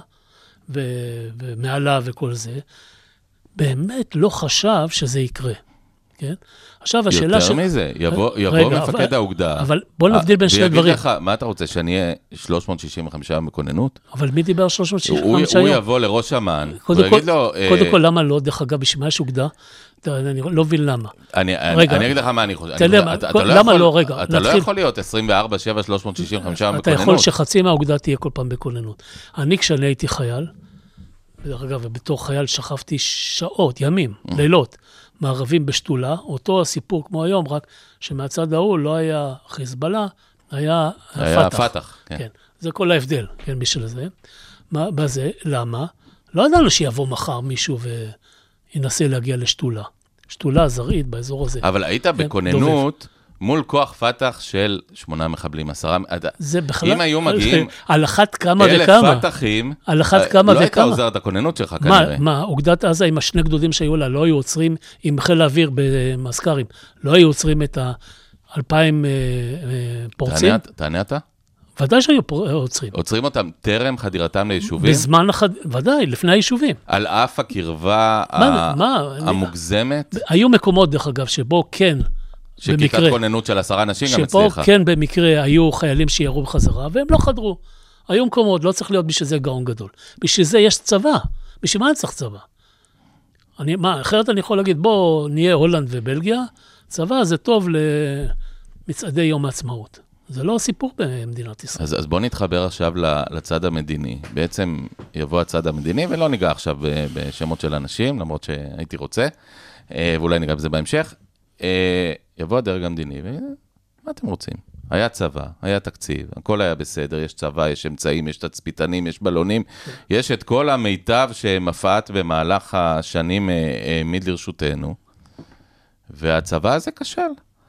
Speaker 5: ומעלה וכל זה, באמת לא חשב שזה יקרה. כן? עכשיו השאלה
Speaker 2: יותר מזה, יבוא מפקד האוגדה.
Speaker 5: אבל בוא נבדיל בין שני דברים.
Speaker 2: ויגיד לך, מה אתה רוצה, שאני אהיה 365 בכוננות?
Speaker 5: אבל מי דיבר 365 היום?
Speaker 2: הוא יבוא לראש אמ"ן, ויגיד לו...
Speaker 5: קודם כל, למה לא? דרך אגב, בשביל מה יש אוגדה? אני לא מבין למה.
Speaker 2: אני אגיד לך מה אני חושב.
Speaker 5: למה לא? רגע.
Speaker 2: אתה לא יכול להיות 24/7, 365 בכוננות.
Speaker 5: אתה יכול שחצי מהאוגדה תהיה כל פעם בכוננות. אני, כשאני הייתי חייל, דרך אגב, ובתור חייל שכבתי שעות, ימים, לילות, מערבים בשתולה, אותו הסיפור כמו היום, רק שמהצד ההוא לא היה חיזבאללה, היה פתח. כן. זה כל ההבדל, כן, בשביל זה. בזה, למה? לא ידענו שיבוא מחר מישהו וינסה להגיע לשתולה. שתולה זרעית באזור הזה.
Speaker 2: אבל היית בכוננות מול כוח פתח של 8 מחבלים, 10...
Speaker 5: זה בכלל...
Speaker 2: אם היו מגיעים...
Speaker 5: על אחת כמה וכמה.
Speaker 2: 1,000 פתחים...
Speaker 5: על אחת כמה וכמה.
Speaker 2: לא הייתה עוזרת הכוננות שלך כנראה.
Speaker 5: מה, אוגדת עזה עם השני גדודים שהיו לה, לא היו עוצרים עם חיל האוויר במזכרים, לא היו עוצרים את 2,000 פורצים?
Speaker 2: תענה אתה?
Speaker 5: ודאי שהיו עוצרים.
Speaker 2: עוצרים אותם טרם חדירתם ליישובים?
Speaker 5: בזמן ודאי, לפני היישובים.
Speaker 2: על אף הקרבה המוגזמת?
Speaker 5: היו מקומות, דרך אגב, שבו כן...
Speaker 2: שכיתת כוננות של 10 אנשים גם הצליחה.
Speaker 5: שפה כן במקרה היו חיילים שירו בחזרה, והם לא חדרו. היו מקומות, לא צריך להיות בשביל זה גאון גדול. בשביל זה יש צבא. בשביל מה אני צריך צבא? אחרת אני יכול להגיד, בוא נהיה הולנד ובלגיה, צבא זה טוב למצעדי יום העצמאות. זה לא סיפור במדינת ישראל.
Speaker 2: אז בוא נתחבר עכשיו לצד המדיני. בעצם יבוא הצד המדיני, ולא ניגע עכשיו בשמות של אנשים, למרות שהייתי רוצה, ואולי ניגע בזה בהמשך. יבוא הדרג המדיני, ומה אתם רוצים? היה צבא, היה תקציב, הכל היה בסדר, יש צבא, יש אמצעים, יש תצפיתנים, יש בלונים, יש את כל המיטב שמפעת במהלך השנים העמיד לרשותנו, והצבא הזה כשל.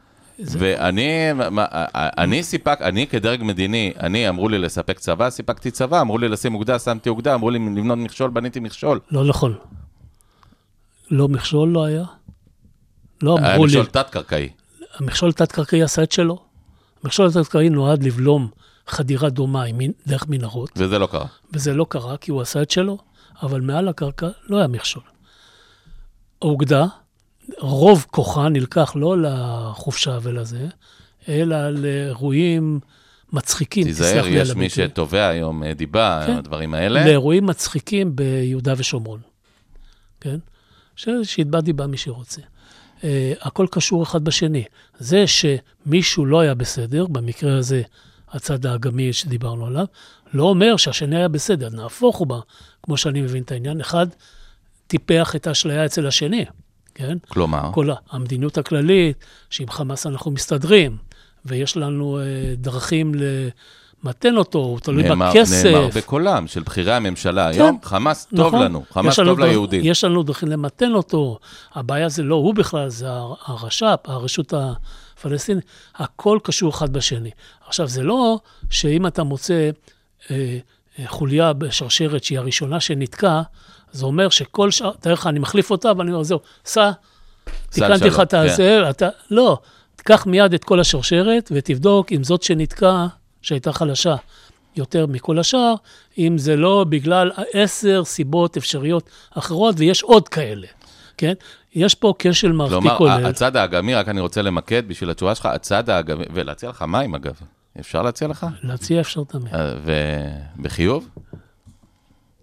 Speaker 2: אני כדרג מדיני, אמרו לי לספק צבא, סיפקתי צבא, אמרו לי לשים אוגדה, שמתי אוגדה, אמרו לי לבנות מכשול, בניתי מכשול.
Speaker 5: לא נכון. לא מכשול לא היה.
Speaker 2: היה מכשול תת-קרקעי.
Speaker 5: המכשול תת-קרקעי עשה את שלו. המכשול תת-קרקעי נועד לבלום חדירה דומה דרך מנהרות.
Speaker 2: וזה לא קרה.
Speaker 5: וזה לא קרה, כי הוא עשה את שלו, אבל מעל הקרקע לא היה מכשול. האוגדה, רוב כוחה נלקח לא לחופשה ולזה, אלא לאירועים מצחיקים.
Speaker 2: תיזהר, יש מי שטובע היום דיבה, הדברים האלה.
Speaker 5: לאירועים מצחיקים ביהודה ושומרון. כן? שיתבע דיבה מי שרוצה. הכל קשור אחד בשני. זה שמישהו לא היה בסדר, במקרה הזה הצד האגמי שדיברנו עליו, לא אומר שהשני היה בסדר, נהפוך הוא בה, כמו שאני מבין את העניין, אחד טיפח את האשליה אצל השני, כן?
Speaker 2: כלומר?
Speaker 5: כל המדיניות הכללית, שעם חמאס אנחנו מסתדרים, ויש לנו דרכים למתן אותו, הוא תלוי בכסף.
Speaker 2: נאמר בקולם של בחירי הממשלה, היום חמאס טוב לנו, חמאס טוב ליהודים.
Speaker 5: יש לנו דרכים למתן אותו, הבעיה זה לא הוא בכלל, זה הרש"פ, הרשות הפלסטינית, הכל קשור אחד בשני. עכשיו, זה לא שאם אתה מוצא חוליה בשרשרת שהיא הראשונה שנתקע, זה אומר שכל שעה, תראה לך, אני מחליף אותה, ואני אומר, זהו, תיקנתי לך את הזה, לא, תיקח מיד את כל השרשרת, ותבדוק אם זאת שנתקע, שהייתה חלשה יותר מכל השאר, אם זה לא בגלל 10 סיבות אפשריות אחרות, ויש עוד כאלה, כן? יש פה כשל מערכתי כולל.
Speaker 2: כלומר, הצד האגמי, רק אני רוצה למקד בשביל התשובה שלך, הצד האגמי, ולהציע לך מים אגב, אפשר להציע לך?
Speaker 5: להציע אפשר תמיד.
Speaker 2: ובחיוב?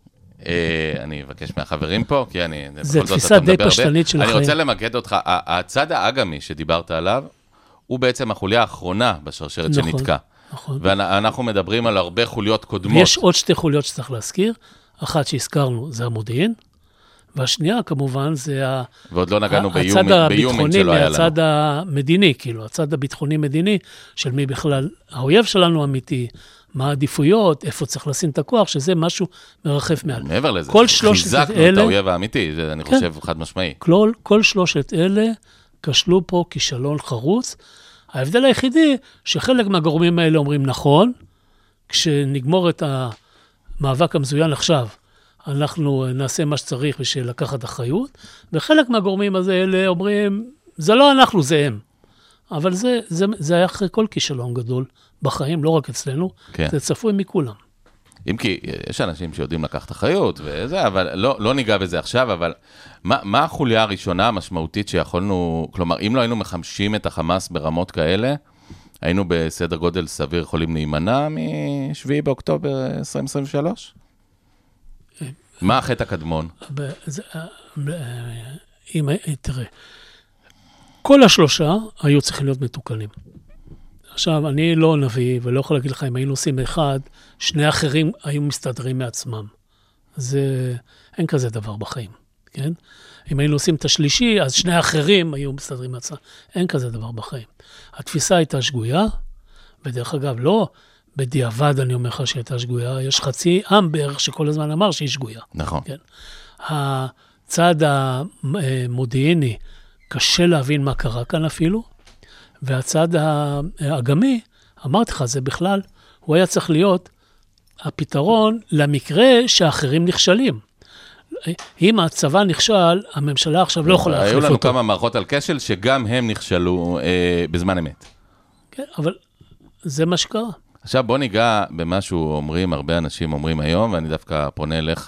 Speaker 2: אני אבקש מהחברים פה, כי אני...
Speaker 5: זה תפיסה די פשטנית של החיים.
Speaker 2: אני רוצה למקד אותך, הצד האגמי שדיברת עליו, הוא בעצם החוליה האחרונה בשרשרת שנתקע.
Speaker 5: נכון.
Speaker 2: ואנחנו מדברים על הרבה חוליות קודמות.
Speaker 5: ויש עוד שתי חוליות שצריך להזכיר. אחת שהזכרנו זה המודיעין, והשנייה כמובן זה
Speaker 2: ועוד לא נגענו
Speaker 5: הצד הביטחוני מהצד המדיני, כאילו, הצד הביטחוני-מדיני, של מי בכלל האויב שלנו אמיתי, מה העדיפויות, איפה צריך לשים את הכוח, שזה משהו מרחף מעל.
Speaker 2: מעבר לזה,
Speaker 5: חיזקנו
Speaker 2: את האויב האמיתי, זה אני חושב חד משמעי.
Speaker 5: כל שלושת אלה כשלו פה כישלון חרוץ. ההבדל היחידי, שחלק מהגורמים האלה אומרים נכון, כשנגמור את המאבק המזוין עכשיו, אנחנו נעשה מה שצריך בשביל לקחת אחריות, וחלק מהגורמים האלה אומרים, זה לא אנחנו, זה הם. אבל זה היה אחרי כל כישלון גדול בחיים, לא רק אצלנו, כן. זה צפוי מכולם.
Speaker 2: אם כי יש אנשים שיודעים לקחת אחריות וזה, אבל לא ניגע בזה עכשיו, אבל מה החוליה הראשונה המשמעותית שיכולנו, כלומר, אם לא היינו מחמשים את החמאס ברמות כאלה, היינו בסדר גודל סביר יכולים להימנע מ-7 באוקטובר 2023? מה החטא הקדמון?
Speaker 5: תראה, כל השלושה היו צריכים להיות מתוקנים. עכשיו, אני לא נביא, ולא יכול להגיד לך, אם היינו עושים אחד, שני אחרים היו מסתדרים מעצמם. אין כזה דבר בחיים, כן? אם היינו עושים את השלישי, אז שני האחרים היו מסתדרים מעצמם. אין כזה דבר בחיים. התפיסה הייתה שגויה, ודרך אגב, לא בדיעבד אני אומר לך שהייתה שגויה, יש חצי עם בערך שכל הזמן אמר שהיא שגויה.
Speaker 2: נכון.
Speaker 5: כן? הצד המודיעיני, קשה להבין מה קרה כאן אפילו, והצד האגמי, אמרתי לך, זה בכלל, הוא היה צריך להיות הפתרון למקרה שהאחרים נכשלים. אם הצבא נכשל, הממשלה עכשיו לא יכולה להחליף אותו.
Speaker 2: היו לנו כמה מערכות על כשל שגם הם נכשלו בזמן אמת.
Speaker 5: כן, אבל זה מה שקרה.
Speaker 2: עכשיו בוא ניגע במשהו אומרים, הרבה אנשים אומרים היום, ואני דווקא פונה אליך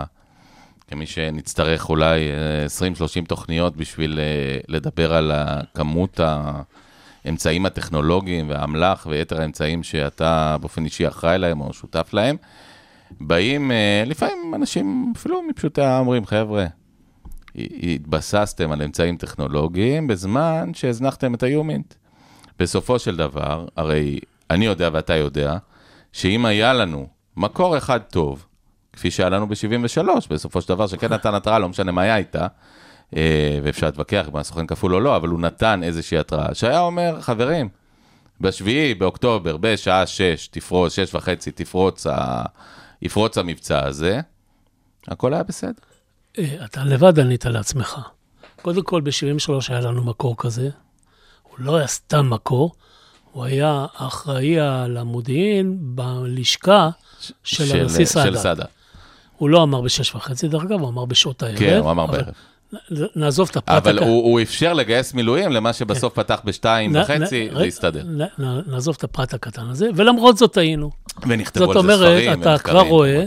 Speaker 2: כמי שנצטרך אולי 20-30 תוכניות בשביל לדבר על כמות האמצעים הטכנולוגיים והאמל"ח ויתר האמצעים שאתה באופן אישי אחראי להם או שותף להם. באים לפעמים אנשים אפילו מפשוטי אומרים, חבר'ה, התבססתם על אמצעים טכנולוגיים בזמן שהזנחתם את היומינט. בסופו של דבר, הרי אני יודע ואתה יודע, שאם היה לנו מקור אחד טוב, כפי שהיה לנו ב-73, בסופו של דבר שכן נתן התראה, לא משנה מה היה איתה, ואפשר להתווכח אם הסוכן כפול או לא, אבל הוא נתן איזושהי התראה, שהיה אומר, חברים, ב7 באוקטובר, בשעה 6, תפרוץ, 6:30, יפרוץ המבצע הזה, הכל היה בסדר.
Speaker 5: אתה לבד ענית לעצמך. קודם כל, ב-73 היה לנו מקור כזה, הוא לא היה סתם מקור, הוא היה אחראי על המודיעין בלשכה של הנשיא סאדאת. הוא לא אמר ב6:30, דרך אגב, הוא אמר בשעות הערב.
Speaker 2: כן, הוא אמר בערב.
Speaker 5: נעזוב את הפרט.
Speaker 2: אבל הוא אפשר לגייס מילואים למה שבסוף פתח ב2:30, זה יסתדר.
Speaker 5: נעזוב את הפרט הקטן הזה, ולמרות זאת היינו.
Speaker 2: ונכתבו על זה ספרים.
Speaker 5: זאת אומרת, אתה כבר רואה,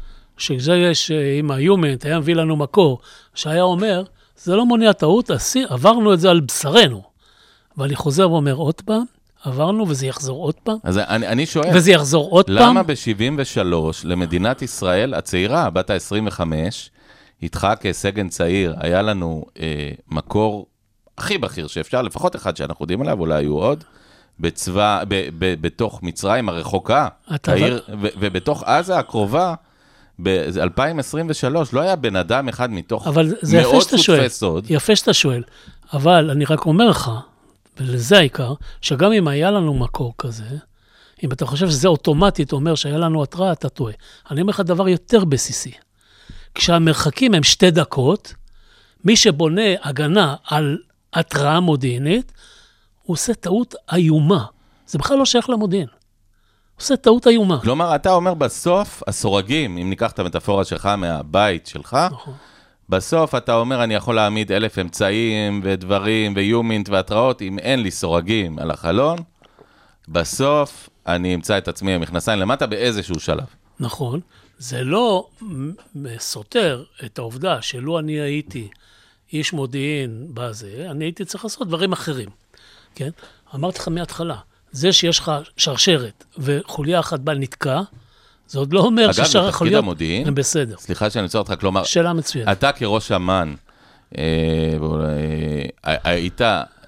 Speaker 5: שאם היומנט היה מביא לנו מקור, שהיה אומר, זה לא מונע טעות, עברנו את זה על בשרנו. ואני חוזר ואומר עוד פעם, עברנו וזה יחזור עוד פעם.
Speaker 2: אז אני שואל,
Speaker 5: וזה יחזור עוד פעם.
Speaker 2: למה ב-73 למדינת ישראל הצעירה, בת ה-25, איתך כסגן צעיר, היה לנו מקור הכי בכיר שאפשר, לפחות אחד שאנחנו יודעים עליו, אולי היו עוד, בתוך מצרים הרחוקה, ובתוך עזה הקרובה, ב-2023 לא היה בן אדם אחד מתוך מאות שותפי סוד.
Speaker 5: יפה שאתה שואל, אבל אני רק אומר לך, ולזה העיקר, שגם אם היה לנו מקור כזה, אם אתה חושב שזה אוטומטית אומר שהיה לנו התראה, אתה טועה. אני אומר לך דבר יותר בסיסי. כשהמרחקים הם 2 דקות, מי שבונה הגנה על התראה מודיעינית, הוא עושה טעות איומה. זה בכלל לא שייך למודיעין. הוא עושה טעות איומה.
Speaker 2: כלומר, אתה אומר בסוף, הסורגים, אם ניקח את המטאפורה שלך מהבית שלך, נכון. בסוף אתה אומר, אני יכול להעמיד 1,000 אמצעים ודברים ויומינט והתראות, אם אין לי סורגים על החלון, בסוף אני אמצא את עצמי המכנסיים למטה באיזשהו שלב.
Speaker 5: נכון. זה לא סותר את העובדה שלא אני הייתי איש מודיעין בזה, אני הייתי צריך לעשות דברים אחרים. כן? אמרתי לך מההתחלה, זה שיש לך שרשרת וחוליה אחת בה נתקע,
Speaker 4: זה עוד לא אומר
Speaker 2: ששאר החוליות הם
Speaker 4: בסדר.
Speaker 2: סליחה שאני רוצה אותך, כלומר,
Speaker 4: שאלה מצוינת.
Speaker 2: אתה כראש אמ"ן, היית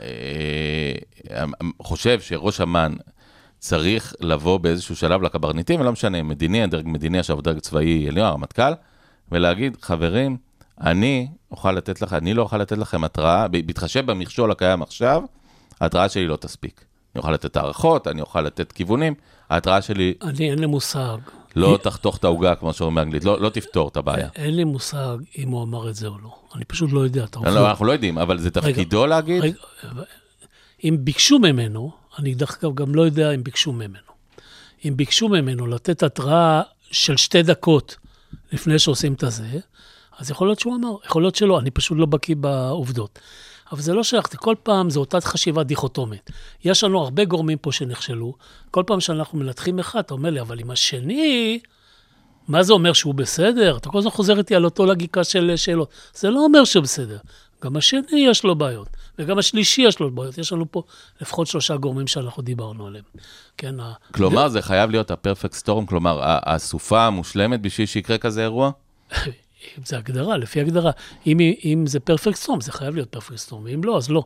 Speaker 2: חושב שראש אמ"ן צריך לבוא באיזשהו שלב לקברניטים, ולא משנה, מדיני, הדרג מדיני, עכשיו דרג צבאי, עליון, הרמטכ"ל, ולהגיד, חברים, אני לא אוכל לתת לכם התראה, בהתחשב במכשול הקיים עכשיו, ההתראה שלי לא תספיק. אני אוכל לתת הערכות, אני אוכל לתת כיוונים, ההתראה שלי...
Speaker 4: אין לי מושג.
Speaker 2: לא תחתוך את ההוגה, כמו שאומרים באנגלית, לא תפתור את הבעיה.
Speaker 4: אין לי מושג אם הוא אמר את זה או לא. אני פשוט לא יודע.
Speaker 2: אנחנו לא יודעים, אבל זה תפקידו להגיד?
Speaker 4: אם ביקשו ממנו, אני דרך כלל גם לא יודע אם ביקשו ממנו. אם ביקשו ממנו לתת התראה של 2 דקות לפני שעושים את זה, אז יכול להיות שהוא אמר, יכול להיות שלא, אני פשוט לא בקיא בעובדות. אבל זה לא שייך, כל פעם זו אותה חשיבה דיכוטומית. יש לנו הרבה גורמים פה שנכשלו, כל פעם שאנחנו מנתחים אחד, אתה אומר לי, אבל עם השני, מה זה אומר שהוא בסדר? אתה כל הזמן חוזר איתי על אותו לוגיקה של שאלות. זה לא אומר שהוא בסדר. גם השני יש לו בעיות, וגם השלישי יש לו בעיות. יש לנו פה לפחות 3 גורמים שאנחנו דיברנו עליהם. כן,
Speaker 2: כלומר, זה חייב להיות הפרפקט סטורם, כלומר, הסופה המושלמת בשביל שיקרה כזה אירוע?
Speaker 4: אם זה הגדרה, לפי הגדרה. אם זה פרפקט סטורם, זה חייב להיות פרפקט סטורם, ואם לא, אז לא.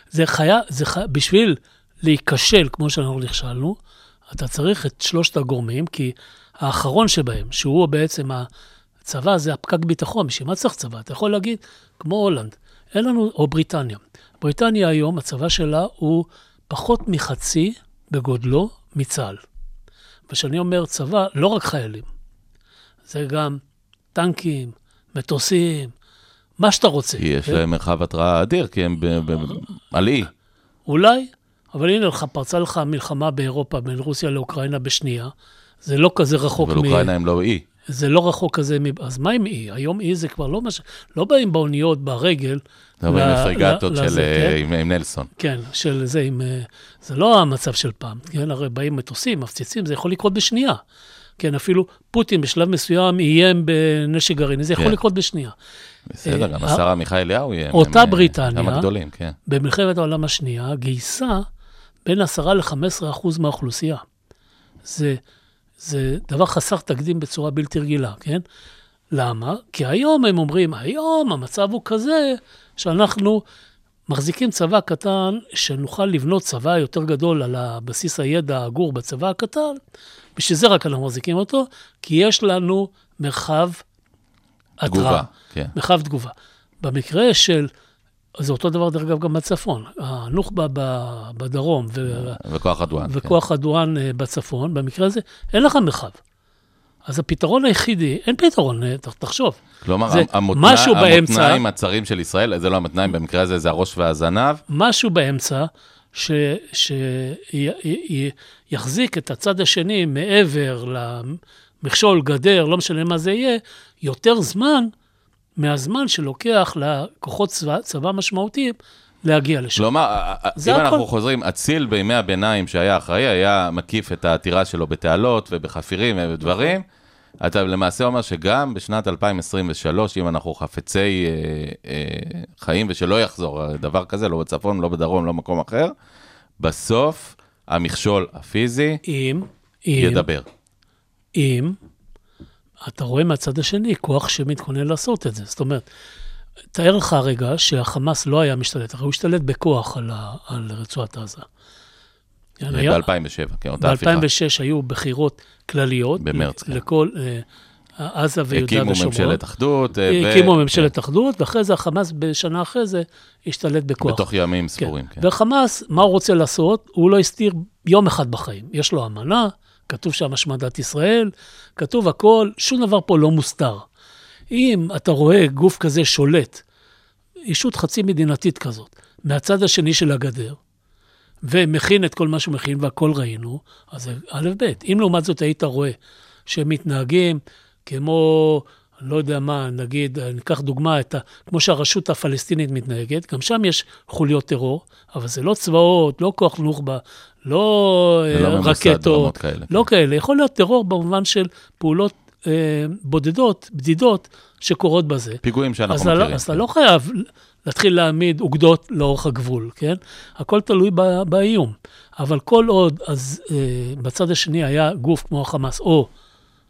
Speaker 4: בשביל להיכשל, כמו שאנחנו נכשלנו, אתה צריך את 3 הגורמים, כי האחרון שבהם, שהוא בעצם הצבא, זה הפקק ביטחון, בשביל מה צריך צבא? אתה יכול להגיד, כמו הולנד, אין לנו, או בריטניה. בריטניה היום, הצבא שלה הוא פחות מחצי בגודלו מצה"ל. ושאני אומר צבא, לא רק חיילים. זה גם טנקים, מטוסים, מה שאתה רוצה.
Speaker 2: כי יש להם מרחב התראה אדיר, כי הם על אי.
Speaker 4: אולי, אבל הנה פרצה לך מלחמה באירופה, בין רוסיה לאוקראינה בשנייה, זה לא כזה רחוק
Speaker 2: אבל אוקראינה הם לא אי.
Speaker 4: זה לא רחוק כזה, אז מה עם אי? היום אי זה כבר לא באים באוניות ברגל.
Speaker 2: לא באים לפריגטות עם נלסון.
Speaker 4: כן, זה לא המצב של פעם. כן, הרי באים מטוסים, מפציצים, זה יכול לקרות בשנייה. כן, אפילו פוטין בשלב מסוים איים בנשק גרעיני, זה יכול לקרות בשנייה.
Speaker 2: בסדר, גם השר עמיחי אליהו יהיה.
Speaker 4: אותה בריטניה,
Speaker 2: גדולים, כן.
Speaker 4: במלחמת העולם השנייה, גייסה בין 10-15% מהאוכלוסייה. זה דבר חסר תקדים בצורה בלתי רגילה, כן? למה? כי היום הם אומרים, היום המצב הוא כזה שאנחנו מחזיקים צבא קטן, שנוכל לבנות צבא יותר גדול על הבסיס הידע הגור בצבא הקטן, בשביל זה רק אנחנו מחזיקים אותו, כי יש לנו מרחב התראה, כן. מרחב תגובה. במקרה של, זה אותו דבר דרך אגב גם בצפון, הנוח'בה בדרום, וכוח הדואן בצפון, במקרה הזה אין לך מרחב. אז הפתרון היחידי, אין פתרון, תחשוב.
Speaker 2: כלומר, המותניים הצרים של ישראל, זה לא המותניים, במקרה הזה זה הראש והזנב.
Speaker 4: משהו באמצע, שיחזיק את הצד השני מעבר למכשול, גדר, לא משנה מה זה יהיה, יותר זמן מהזמן שלוקח לכוחות צבא משמעותיים להגיע לשם.
Speaker 2: כלומר, אם אנחנו חוזרים, אציל בימי הביניים שהיה אחראי, היה מקיף את העתירה שלו בתעלות ובחפירים ובדברים, אתה למעשה אומר שגם בשנת 2023, אם אנחנו חפצי חיים ושלא יחזור דבר כזה, לא בצפון, לא בדרום, לא במקום אחר, בסוף המכשול הפיזי ידבר.
Speaker 4: אם אתה רואה מהצד השני כוח שמתכונן לעשות את זה. זאת אומרת, תאר לך רגע שהחמאס לא היה משתלט, הרי הוא השתלט בכוח על רצועת עזה.
Speaker 2: ב-2007, כן, אותה הפיכה.
Speaker 4: ב-2006 היו בחירות כלליות.
Speaker 2: במרץ, כן.
Speaker 4: לכל עזה ויהודה ושומרון.
Speaker 2: הקימו ממשלת אחדות.
Speaker 4: הקימו ממשלת אחדות, ואחרי זה החמאס בשנה אחרי זה השתלט בכוח.
Speaker 2: בתוך ימים ספורים, כן.
Speaker 4: והחמאס, מה הוא רוצה לעשות? הוא לא הסתיר יום אחד בחיים. יש לו אמנה, כתוב שם השמדת ישראל, כתוב הכל, שום דבר פה לא מוסתר. אם אתה רואה גוף כזה שולט, אישות חצי מדינתית כזאת, מהצד השני של הגדר, ומכין את כל מה שהוא מכין, והכל ראינו, אז זה א' ב'. אם לעומת זאת היית רואה שהם מתנהגים כמו, אני לא יודע מה, נגיד, ניקח דוגמה, כמו שהרשות הפלסטינית מתנהגת, גם שם יש חוליות טרור, אבל זה לא צבאות, לא כוח נוח'בה, לא רקטות, לא כאלה. יכול להיות טרור במובן של פעולות בדידות שקורות בזה.
Speaker 2: פיגועים שאנחנו מכירים.
Speaker 4: אז אתה לא חייב להתחיל להעמיד אוגדות לאורך הגבול, כן? הכל תלוי באיום. אבל כל עוד, אז בצד השני היה גוף כמו החמאס, או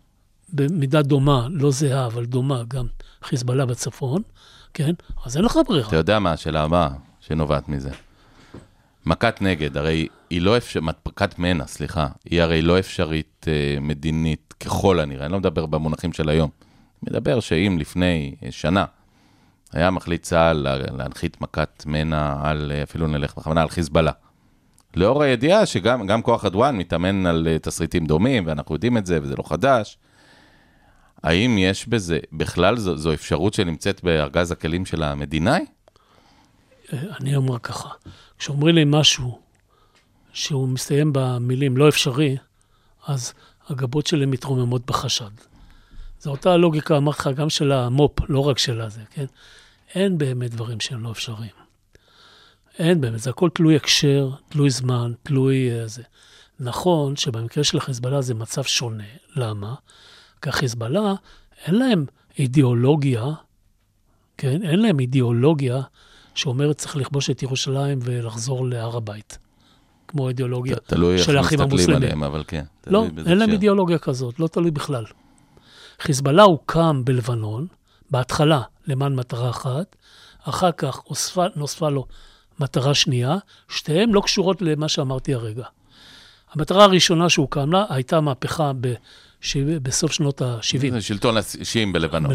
Speaker 5: במידה דומה, לא זהה, אבל דומה, גם חיזבאללה בצפון, כן? אז אין לך ברירה.
Speaker 2: אתה יודע מה השאלה הבאה שנובעת מזה? מכת נגד, הרי היא לא אפשרית, מכת מנע, סליחה, היא הרי לא אפשרית מדינית ככל הנראה, אני לא מדבר במונחים של היום, מדבר שאם לפני שנה היה מחליט צה"ל להנחית מכת מנע על, אפילו נלך בכוונה, על חיזבאללה. לאור הידיעה שגם כוח עדואן מתאמן על תסריטים דומים, ואנחנו יודעים את זה, וזה לא חדש, האם יש בזה, בכלל זו אפשרות שנמצאת בארגז הכלים של המדינאי?
Speaker 5: אני אומר ככה, כשאומרים לי משהו שהוא מסתיים במילים לא אפשרי, אז הגבות שלי מתרוממות בחשד. זו אותה לוגיקה, אמרתי לך, גם של המופ, לא רק של הזה, כן? אין באמת דברים שהם לא אפשריים. אין באמת, זה הכל תלוי הקשר, תלוי זמן, תלוי זה. נכון שבמקרה של החיזבאללה זה מצב שונה. למה? כי החיזבאללה אין להם אידיאולוגיה, כן? אין להם אידיאולוגיה שאומרת צריך לכבוש את ירושלים ולחזור להר הבית. כמו אידיאולוגיה של האחים המוסלמים.
Speaker 2: עליהם, אבל כן.
Speaker 5: לא, אין להם אידיאולוגיה כזאת, לא תלוי בכלל. חיזבאללה הוקם בלבנון, בהתחלה למען מטרה אחת, אחר כך נוספה לו מטרה שנייה, שתיהן לא קשורות למה שאמרתי הרגע. המטרה הראשונה שהוקם לה הייתה מהפכה בסוף שנות ה-70.
Speaker 2: זה שלטון השיעים בלבנון.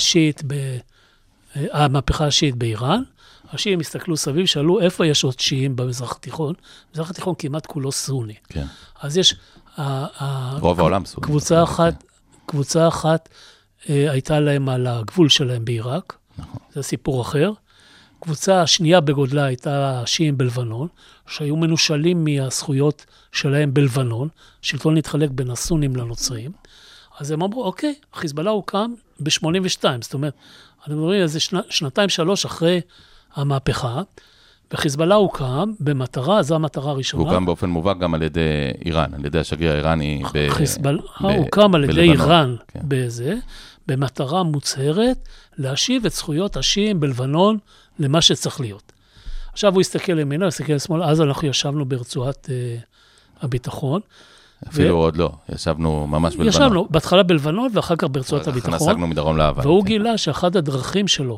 Speaker 5: המהפכה השיעית באיראן. השיעים הסתכלו סביב, שאלו איפה יש עוד שיעים במזרח התיכון. במזרח התיכון כמעט כולו סוני.
Speaker 2: כן.
Speaker 5: אז יש...
Speaker 2: רוב העולם סוני.
Speaker 5: קבוצה אחת הייתה להם על הגבול שלהם בעיראק.
Speaker 2: נכון.
Speaker 5: זה סיפור אחר. קבוצה השנייה בגודלה הייתה השיעים בלבנון, שהיו מנושלים מהזכויות שלהם בלבנון. השלטון התחלק בין הסונים לנוצרים. אז הם אמרו, אוקיי, חיזבאללה הוקם ב-82, זאת אומרת, אני מדבר איזה שנתיים, שלוש אחרי המהפכה, וחיזבאללה הוקם במטרה, זו המטרה הראשונה.
Speaker 2: הוא הוקם באופן מובהק גם על ידי איראן, על ידי השגריר האיראני
Speaker 5: חיזבאללה הוקם על ידי איראן בזה, במטרה מוצהרת, להשיב את זכויות השיעים בלבנון למה שצריך להיות. עכשיו הוא הסתכל לימינו, הסתכל לשמאל, אז אנחנו ישבנו ברצועת הביטחון.
Speaker 2: אפילו עוד לא, ישבנו ממש בלבנון.
Speaker 5: ישבנו, בהתחלה בלבנון ואחר כך ברצועת הביטחון.
Speaker 2: נסגנו מדרום לעבר.
Speaker 5: והוא גילה שאחד הדרכים שלו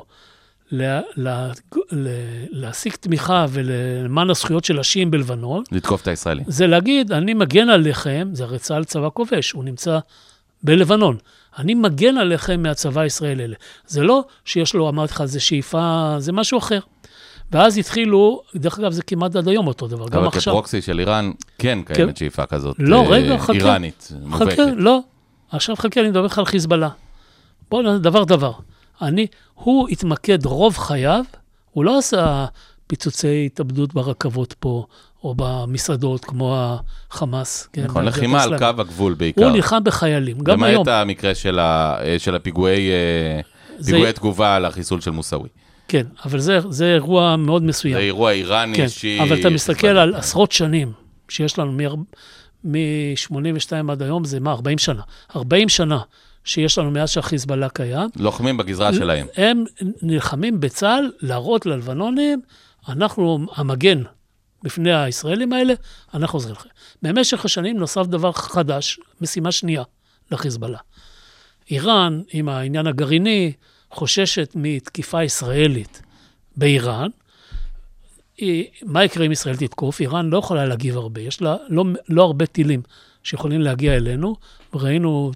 Speaker 5: להשיג תמיכה ולמען הזכויות של השיעים בלבנון,
Speaker 2: לתקוף את הישראלי.
Speaker 5: זה להגיד, אני מגן עליכם, זה הרי צה"ל צבא כובש, הוא נמצא בלבנון. אני מגן עליכם מהצבא הישראלי. זה לא שיש לו, אמרתי לך, זה שאיפה, זה משהו אחר. ואז התחילו, דרך אגב, זה כמעט עד היום אותו דבר.
Speaker 2: אבל כפרוקסי של איראן, כן קיימת שאיפה כזאת,
Speaker 5: לא, רגע, חכה.
Speaker 2: איראנית, מובהקת.
Speaker 5: חכה, לא. עכשיו חכה, אני מדבר לך על חיזבאללה. בואו, דבר. הוא התמקד רוב חייו, הוא לא עשה פיצוצי התאבדות ברכבות פה, או במסעדות, כמו החמאס.
Speaker 2: נכון, לחימה על קו הגבול בעיקר.
Speaker 5: הוא נלחם בחיילים, גם היום.
Speaker 2: למעט המקרה של הפיגועי תגובה על החיסול של מוסאווי.
Speaker 5: כן, אבל זה אירוע מאוד מסוים.
Speaker 2: זה אירוע איראני אישי.
Speaker 5: אבל אתה מסתכל על עשרות שנים שיש לנו מ-82 עד היום, זה 40 שנה. 40 שנה שיש לנו מאז שהחיזבאללה קיים.
Speaker 2: לוחמים בגזרה שלהם.
Speaker 5: הם נלחמים בצה"ל להראות ללבנונים, אנחנו המגן בפני הישראלים האלה, אנחנו עוזרים לכם. במשך השנים נוסף דבר חדש, משימה שנייה לחיזבאללה. איראן, עם העניין הגרעיני, חוששת מתקיפה ישראלית באיראן. מה יקרה אם ישראל תתקוף? איראן לא יכולה להגיב הרבה. יש לה לא הרבה טילים שיכולים להגיע אלינו. וראינו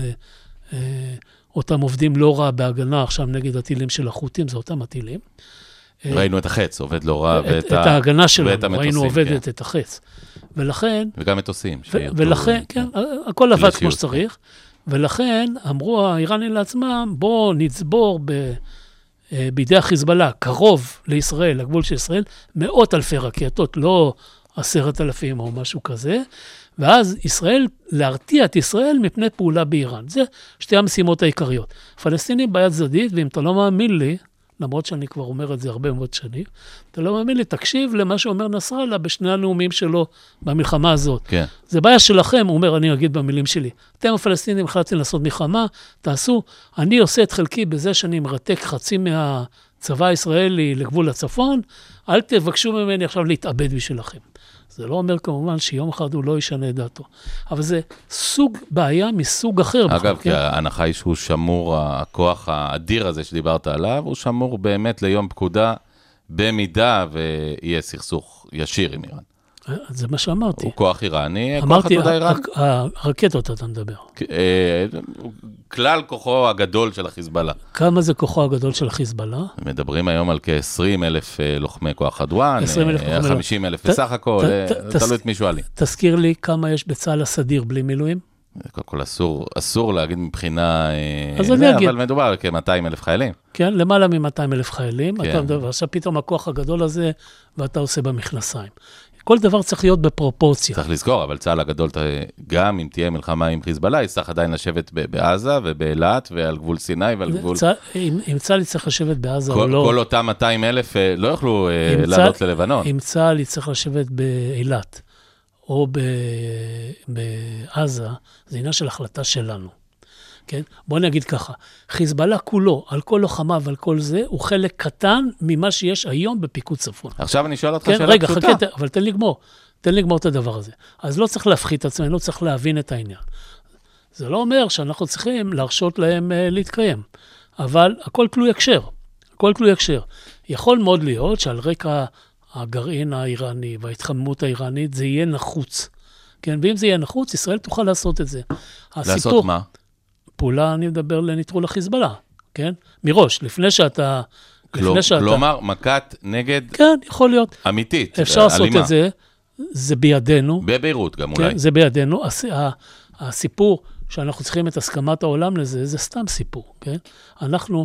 Speaker 5: אותם עובדים לא רע בהגנה עכשיו נגד הטילים של החות'ים, זה אותם הטילים.
Speaker 2: ראינו את החץ, עובד לא רע,
Speaker 5: את ההגנה שלנו, ראינו עובדת את החץ. ולכן...
Speaker 2: וגם מטוסים.
Speaker 5: ולכן, כן, הכל עבד כמו שצריך. ולכן אמרו האיראנים לעצמם, בואו נצבור בידי החיזבאללה, קרוב לישראל, לגבול של ישראל, 100,000 רקטות, לא 10,000 או משהו כזה, ואז ישראל, להרתיע את ישראל מפני פעולה באיראן. זה שתי המשימות העיקריות. פלסטינים ביד צדדית, ואם אתה לא מאמין לי, למרות שאני כבר אומר את זה הרבה מאוד שנים, אתה לא מאמין לי, תקשיב למה שאומר נסראללה בשני הנאומים שלו במלחמה הזאת.
Speaker 2: כן.
Speaker 5: זה בעיה שלכם, הוא אומר, אני אגיד במילים שלי. אתם הפלסטינים החלטתם לעשות מלחמה, תעשו, אני עושה את חלקי בזה שאני מרתק חצי מהצבא הישראלי לגבול הצפון, אל תבקשו ממני עכשיו להתאבד בשבילכם. זה לא אומר כמובן שיום אחד הוא לא ישנה את דעתו. אבל זה סוג בעיה מסוג אחר.
Speaker 2: אגב, כי ההנחה היא שהוא שמור, הכוח האדיר הזה שדיברת עליו, הוא שמור באמת ליום פקודה, במידה ויהיה סכסוך ישיר עם איראן.
Speaker 5: זה מה שאמרתי.
Speaker 2: הוא כוח איראני, כוח התודה איראן.
Speaker 5: אמרתי, הרקטות אתה מדבר.
Speaker 2: כלל כוחו הגדול של החיזבאללה.
Speaker 5: כמה זה כוחו הגדול של החיזבאללה?
Speaker 2: מדברים היום על כ-20,000 לוחמי כוח הדואן, 50,000 בסך הכל, תלוי את מי שואלים.
Speaker 5: תזכיר לי כמה יש בצה"ל הסדיר בלי מילואים?
Speaker 2: קודם כל אסור להגיד מבחינה,
Speaker 5: אז אני אגיד.
Speaker 2: אבל מדובר על כ-200,000 חיילים.
Speaker 5: כן, למעלה מ-200,000 חיילים, אתה מדבר, ועכשיו פתאום הכוח הגדול הזה, ואתה עושה במכנסיים. כל דבר צריך להיות בפרופורציה.
Speaker 2: צריך לזכור, אבל צה"ל הגדול, גם אם תהיה מלחמה עם חיזבאללה, יצטרך עדיין לשבת בעזה ובאילת ועל גבול סיני ועל גבול...
Speaker 5: אם צה"ל יצטרך לשבת בעזה או לא...
Speaker 2: כל אותם 200,000 לא יוכלו לעלות ללבנון.
Speaker 5: אם צה"ל יצטרך לשבת באילת או בעזה, זה עניין של החלטה שלנו. כן? בוא נגיד ככה, חיזבאללה כולו, על כל לוחמה ועל כל זה, הוא חלק קטן ממה שיש היום בפיקוד צפון.
Speaker 2: עכשיו אני שואל אותך
Speaker 5: כן,
Speaker 2: שאלה
Speaker 5: רגע,
Speaker 2: פשוטה.
Speaker 5: חכה, אבל תן לגמור את הדבר הזה. אז לא צריך להפחית את עצמנו, לא צריך להבין את העניין. זה לא אומר שאנחנו צריכים להרשות להם להתקיים, אבל הכל תלוי הקשר. הכל תלוי הקשר. יכול מאוד להיות שעל רקע הגרעין האיראני וההתחממות האיראנית, זה יהיה נחוץ. כן, ואם זה יהיה נחוץ, ישראל תוכל לעשות את זה.
Speaker 2: לעשות מה?
Speaker 5: פעולה, אני מדבר לניטרול החיזבאללה, כן? מראש, לפני שאתה...
Speaker 2: כלומר, מכת נגד...
Speaker 5: כן, יכול להיות.
Speaker 2: אמיתית,
Speaker 5: אפשר לעשות את זה, זה בידינו.
Speaker 2: בביירות גם אולי.
Speaker 5: כן, זה בידינו. הסיפור שאנחנו צריכים את הסכמת העולם לזה, זה סתם סיפור, כן? אנחנו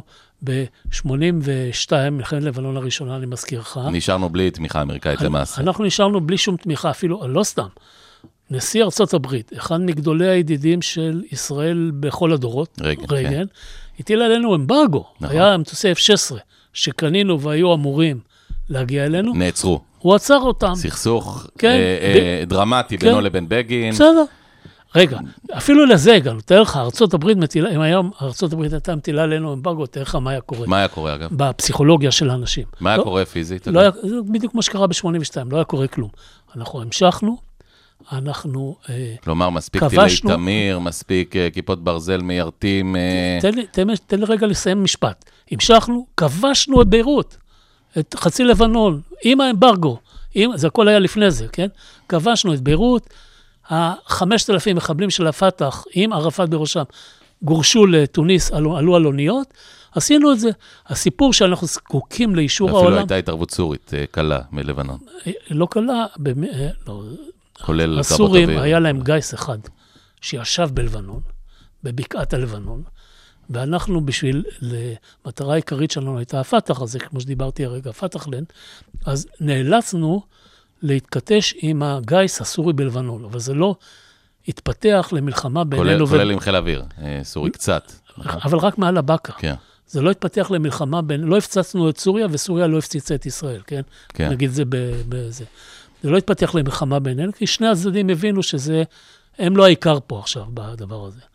Speaker 5: ב-82, מלחמת לבנון הראשונה, אני מזכיר לך.
Speaker 2: נשארנו בלי תמיכה אמריקאית למעשה.
Speaker 5: אנחנו נשארנו בלי שום תמיכה, אפילו, לא סתם. נשיא ארצות הברית, אחד מגדולי הידידים של ישראל בכל הדורות, רייגן, הטיל עלינו אמברגו, היה מטוסי F-16, שקנינו והיו אמורים להגיע אלינו.
Speaker 2: נעצרו.
Speaker 5: הוא עצר אותם.
Speaker 2: סכסוך דרמטי בינו לבין בגין.
Speaker 5: בסדר. רגע, אפילו לזה הגענו, תאר לך, ארצות הברית מטילה, אם היום ארצות הברית הייתה מטילה עלינו אמברגו, תאר לך מה היה קורה.
Speaker 2: מה היה קורה אגב?
Speaker 5: בפסיכולוגיה של האנשים.
Speaker 2: מה היה קורה פיזית?
Speaker 5: זה בדיוק כמו שקרה ב-82, לא היה קורה כלום. אנחנו המשכנו, אנחנו
Speaker 2: כלומר, מספיק טילי תמיר, מספיק כיפות ברזל מיירטים.
Speaker 5: תן לי רגע לסיים משפט. המשכנו, כבשנו את ביירות, את חצי לבנון, עם האמברגו, זה הכל היה לפני זה, כן? כבשנו את ביירות, 5,000 מחבלים של הפתח, עם ערפאת בראשם, גורשו לתוניס, עלו על אוניות, עשינו את זה. הסיפור שאנחנו זקוקים לאישור העולם...
Speaker 2: אפילו הייתה התערבות סורית קלה מלבנון.
Speaker 5: לא קלה, לא...
Speaker 2: כולל
Speaker 5: הסורים, היה להם גייס אחד, שישב בלבנון, בבקעת הלבנון, ואנחנו בשביל, למטרה העיקרית שלנו הייתה הפתח הזה, כמו שדיברתי הרגע, הפתחלנד, אז נאלצנו להתכתש עם הגייס הסורי בלבנון, אבל זה לא התפתח למלחמה בינינו...
Speaker 2: כולל עם חיל אוויר, סורי קצת.
Speaker 5: אבל רק מעל הבקע.
Speaker 2: כן.
Speaker 5: זה לא התפתח למלחמה בין... לא הפצצנו את סוריה, וסוריה לא הפציצה את ישראל, כן?
Speaker 2: כן.
Speaker 5: נגיד זה בזה. זה לא התפתח למלחמה בינינו, כי שני הצדדים הבינו שזה... הם לא העיקר פה עכשיו בדבר הזה.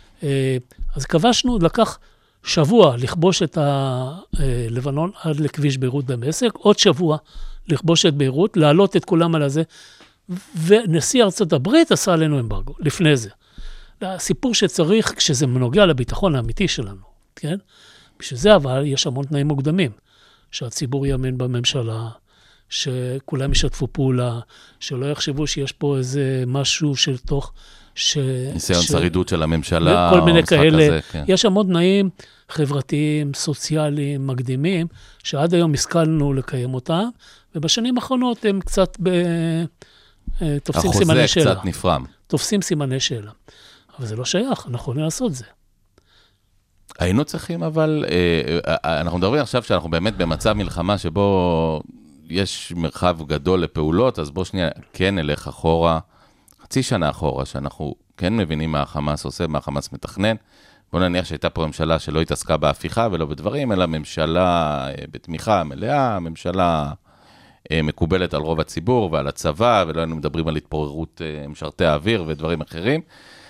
Speaker 5: אז כבשנו, לקח שבוע לכבוש את הלבנון עד לכביש ביירות דמשק, עוד שבוע לכבוש את ביירות, להעלות את כולם על הזה, ונשיא ארצות הברית עשה עלינו אמברגו, לפני זה. הסיפור שצריך, כשזה מנוגע לביטחון האמיתי שלנו, כן? בשביל זה אבל יש המון תנאים מוקדמים, שהציבור יאמין בממשלה, שכולם ישתפו פעולה, שלא יחשבו שיש פה איזה משהו של תוך...
Speaker 2: ניסיון שרידות של הממשלה,
Speaker 5: כל מיני כאלה.
Speaker 2: הזה, כן.
Speaker 5: יש המון תנאים חברתיים, סוציאליים, מקדימים, שעד היום השכלנו לקיים אותם, ובשנים האחרונות הם קצת תופסים סימני שאלה.
Speaker 2: החוזה קצת נפרם.
Speaker 5: תופסים סימני שאלה. אבל זה לא שייך, אנחנו יכולים לעשות זה.
Speaker 2: היינו צריכים, אבל אנחנו מדברים עכשיו שאנחנו באמת במצב מלחמה שבו יש מרחב גדול לפעולות, אז בוא שנייה כן נלך אחורה, חצי שנה אחורה, שאנחנו כן מבינים מה החמאס עושה, מה החמאס מתכנן. בוא נניח שהייתה פה ממשלה שלא התעסקה בהפיכה ולא בדברים, אלא ממשלה בתמיכה מלאה, ממשלה מקובלת על רוב הציבור ועל הצבא, ולא היינו מדברים על התפוררות משרתי האוויר ודברים אחרים.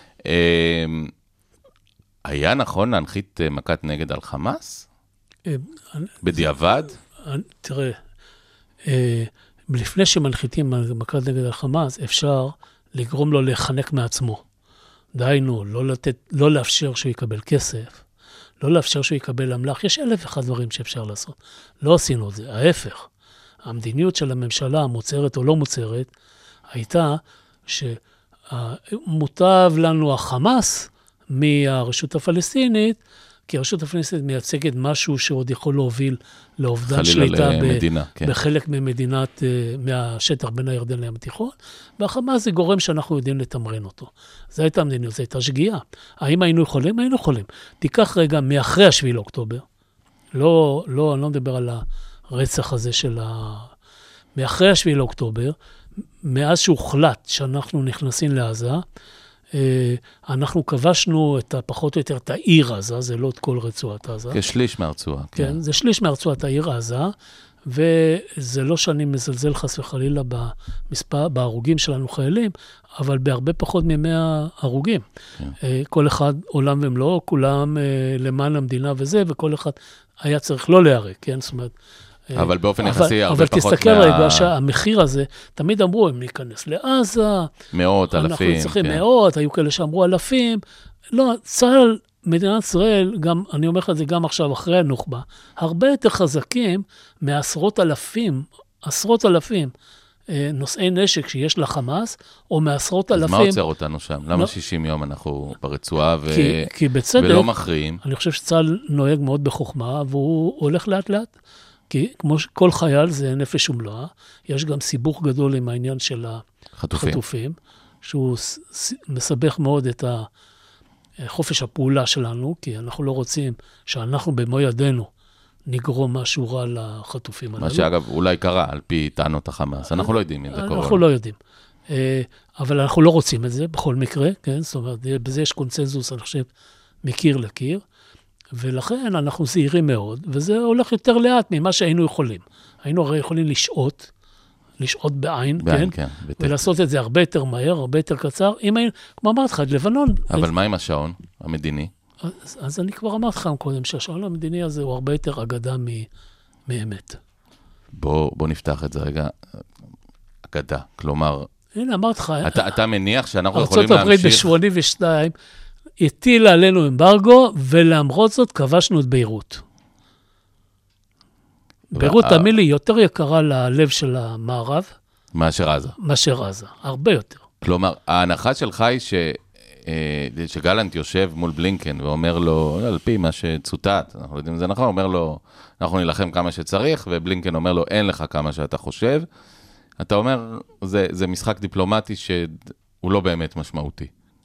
Speaker 2: היה נכון להנחית מכת נגד על חמאס? בדיעבד?
Speaker 5: תראה, לפני שמנחיתים מכת נגד החמאס, אפשר לגרום לו להיחנק מעצמו. דהיינו, לא לאפשר שהוא יקבל כסף, לא לאפשר שהוא יקבל אמל"ח. יש 1,001 דברים שאפשר לעשות. לא עשינו את זה, ההפך. המדיניות של הממשלה, מוצרת או לא מוצרת, הייתה שמוטב לנו החמאס מהרשות הפלסטינית, כי הרשות הפלסטינית מייצגת משהו שעוד יכול להוביל לאובדן שליטה בחלק ממדינת, מהשטח בין הירדן לים התיכון, והחמאס זה גורם שאנחנו יודעים לתמרן אותו. זו הייתה המדיניות, זו הייתה שגיאה. האם היינו יכולים? היינו יכולים. תיקח רגע מאחרי השביעי לאוקטובר, אני לא מדבר על הרצח הזה מאחרי השביעי לאוקטובר, מאז שהוחלט שאנחנו נכנסים לעזה, אנחנו כבשנו פחות או יותר את העיר עזה, זה לא את כל רצועת עזה.
Speaker 2: כשליש מהרצועה.
Speaker 5: כן, זה שליש מהרצועת העיר עזה, וזה לא שאני מזלזל חס וחלילה בהרוגים שלנו חיילים, אבל בהרבה פחות מ100 הרוגים. כל אחד עולם ומלואו, כולם למען המדינה וזה, וכל אחד היה צריך לא להיהרג, כן? זאת אומרת,
Speaker 2: אבל באופן יחסי הרבה פחות
Speaker 5: אבל תסתכל רגע שהמחיר הזה, תמיד אמרו, אם ניכנס לעזה,
Speaker 2: מאות, אלפים.
Speaker 5: אנחנו צריכים מאות, היו כאלה שאמרו אלפים. לא, צה"ל, מדינת ישראל, גם, אני אומר לך את זה גם עכשיו אחרי הנוח'בה, הרבה יותר חזקים מעשרות אלפים נושאי נשק שיש לחמאס, או מעשרות אלפים.
Speaker 2: אז מה עוצר אותנו שם? למה 60 יום אנחנו ברצועה ולא מכריעים?
Speaker 5: אני חושב שצה"ל נוהג מאוד בחוכמה, והוא הולך לאט לאט. כי כמו כל חייל זה נפש ומלואה, יש גם סיבוך גדול עם העניין של החטופים, שהוא מסבך מאוד את חופש הפעולה שלנו, כי אנחנו לא רוצים שאנחנו במו ידינו נגרום משהו רע לחטופים הללו.
Speaker 2: מה שאגב אולי קרה על פי טענות החמאס, אנחנו לא יודעים אם זה קורה.
Speaker 5: אנחנו לא יודעים. אבל אנחנו לא רוצים את זה בכל מקרה, כן? זאת אומרת, בזה יש קונצנזוס, אני חושב, מקיר לקיר. ולכן אנחנו זהירים מאוד, וזה הולך יותר לאט ממה שהיינו יכולים. היינו הרי יכולים לשעות בעין, כן? ולעשות את זה הרבה יותר מהר, הרבה יותר קצר. כמו אמרת לך, לבנון.
Speaker 2: אבל מה עם השעון המדיני?
Speaker 5: אז אני כבר אמרת לך קודם, שהשעון המדיני הזה הוא הרבה יותר אגדה מאמת.
Speaker 2: בוא נפתח את זה רגע. אגדה, כלומר,
Speaker 5: הנה, אמרת לך.
Speaker 2: אתה מניח שאנחנו יכולים להמשיך?
Speaker 5: ארצות הברית ב-82, הטילה עלינו אמברגו, ולמרות זאת כבשנו את ביירות. ביירות, תאמין לי, יותר יקרה ללב של המערב.
Speaker 2: מאשר עזה.
Speaker 5: מאשר עזה, הרבה יותר.
Speaker 2: כלומר, ההנחה שלך היא שגלנט יושב מול בלינקן, ואומר לו, על פי מה שצוטט, אנחנו יודעים זה נכון, אומר לו, אנחנו נלחם כמה שצריך, ובלינקן אומר לו, אין לך כמה שאתה חושב. אתה אומר, זה משחק דיפלומטי שהוא לא באמת משמעותי.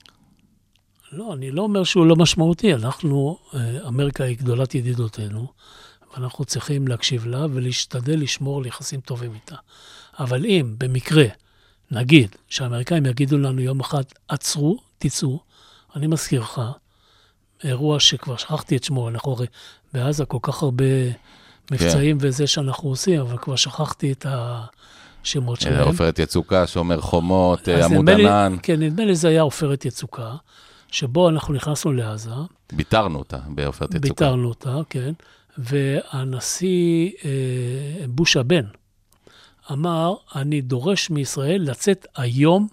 Speaker 5: לא, אני לא אומר שהוא לא משמעותי. אמריקה היא גדולת ידידותינו, ואנחנו צריכים להקשיב לה ולהשתדל לשמור על יחסים טובים איתה. אבל אם במקרה, נגיד, שהאמריקאים יגידו לנו יום אחד, עצרו, תצאו, אני מזכיר לך, אירוע שכבר שכחתי את שמו, אנחנו הרי בעזה כל כך הרבה מבצעים וזה שאנחנו עושים, אבל כבר שכחתי את השמות שלהם.
Speaker 2: עופרת יצוקה, שומר חומות, עמוד ענן.
Speaker 5: כן, נדמה לי זה היה עופרת יצוקה. שבו אנחנו נכנסנו לעזה.
Speaker 2: ביטרנו אותה בעופרת יצוקה.
Speaker 5: ביטרנו אותה, כן. והנשיא בוש הבן אמר, אני דורש מישראל לצאת היום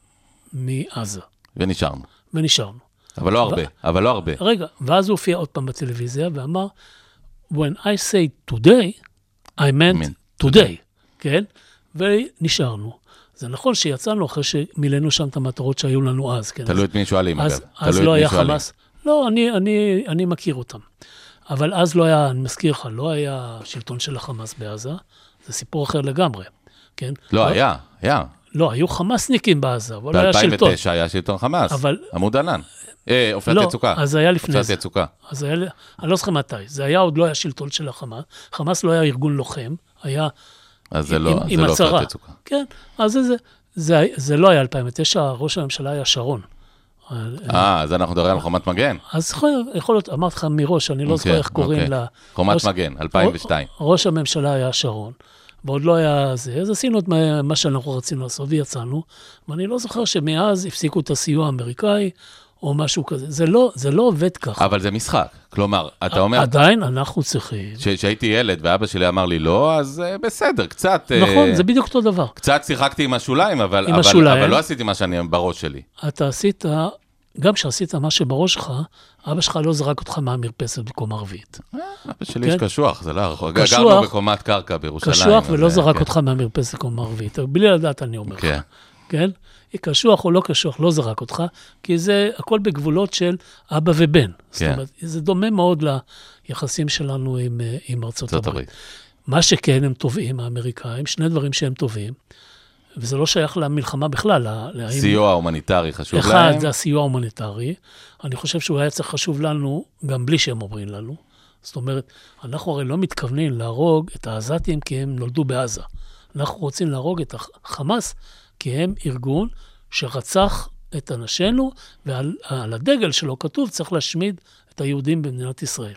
Speaker 5: מעזה.
Speaker 2: ונשארנו. אבל לא הרבה.
Speaker 5: רגע, ואז הוא הופיע עוד פעם בטלוויזיה ואמר, when I say today, I meant today. כן? ונשארנו. זה נכון שיצאנו אחרי שמילאנו שם את המטרות שהיו לנו אז. כן?
Speaker 2: תלוי את מי שואלים, אגב.
Speaker 5: אז לא היה חמאס. לא, אני מכיר אותם. אבל אז לא היה, אני מזכיר לך, לא היה שלטון של החמאס בעזה. זה סיפור אחר לגמרי. כן?
Speaker 2: לא, היה.
Speaker 5: לא, היו חמאסניקים בעזה, אבל לא היה שלטון.
Speaker 2: ב-2009 היה שלטון חמאס. עמוד ענן. עופרת יצוקה.
Speaker 5: לא, אז היה לפני
Speaker 2: עופרת
Speaker 5: זה.
Speaker 2: יצוקה.
Speaker 5: אני לא זוכר מתי. זה היה, עוד לא היה שלטון של החמאס. חמאס לא היה ארגון לוחם. היה
Speaker 2: אז זה לא עופרת יצוקה.
Speaker 5: כן, אז זה לא היה 2009, ראש הממשלה היה שרון.
Speaker 2: אז אנחנו מדברים על חומת מגן.
Speaker 5: אז יכול להיות, אמרתי לך מראש, אני לא זוכר איך קוראים לה.
Speaker 2: חומת מגן, 2002.
Speaker 5: ראש הממשלה היה שרון, ועוד לא היה זה, אז עשינו את מה שאנחנו רצינו לעשות ויצאנו, ואני לא זוכר שמאז הפסיקו את הסיוע האמריקאי,
Speaker 4: או משהו כזה. זה לא עובד ככה.
Speaker 2: אבל זה משחק. כלומר, אתה אומר...
Speaker 4: עדיין אנחנו צריכים.
Speaker 2: כשהייתי ילד ואבא שלי אמר לי לא, אז בסדר, קצת...
Speaker 4: נכון, זה בדיוק אותו דבר.
Speaker 2: קצת שיחקתי עם השוליים, אבל לא עשיתי מה שאני בראש שלי.
Speaker 4: אתה עשית, גם כשעשית מה שבראש שלך, אבא שלך לא זרק אותך מהמרפסת בקומה רביעית.
Speaker 2: אבא שלי יש קשוח, זה לא... גרנו בקומת קרקע בירושלים.
Speaker 4: קשוח ולא זרק אותך מהמרפסת בקומה רביעית. בלי לדעת אני אומר לך. כן? קשוח או לא קשוח, לא זרק אותך, כי זה הכל בגבולות של אבא ובן. זאת אומרת, זה דומה מאוד ליחסים שלנו עם ארצות הברית. מה שכן הם טובים, האמריקאים, שני דברים שהם טובים, וזה לא שייך למלחמה בכלל.
Speaker 2: סיוע הומניטרי חשוב להם.
Speaker 4: אחד, זה הסיוע ההומניטרי. אני חושב שהוא היה צריך חשוב לנו, גם בלי שהם אומרים לנו. זאת אומרת, אנחנו הרי לא מתכוונים להרוג את העזתים כי הם נולדו בעזה. אנחנו רוצים להרוג את החמאס, כי הם ארגון שרצח את אנשינו, ועל הדגל שלו כתוב, צריך להשמיד את היהודים במדינת ישראל.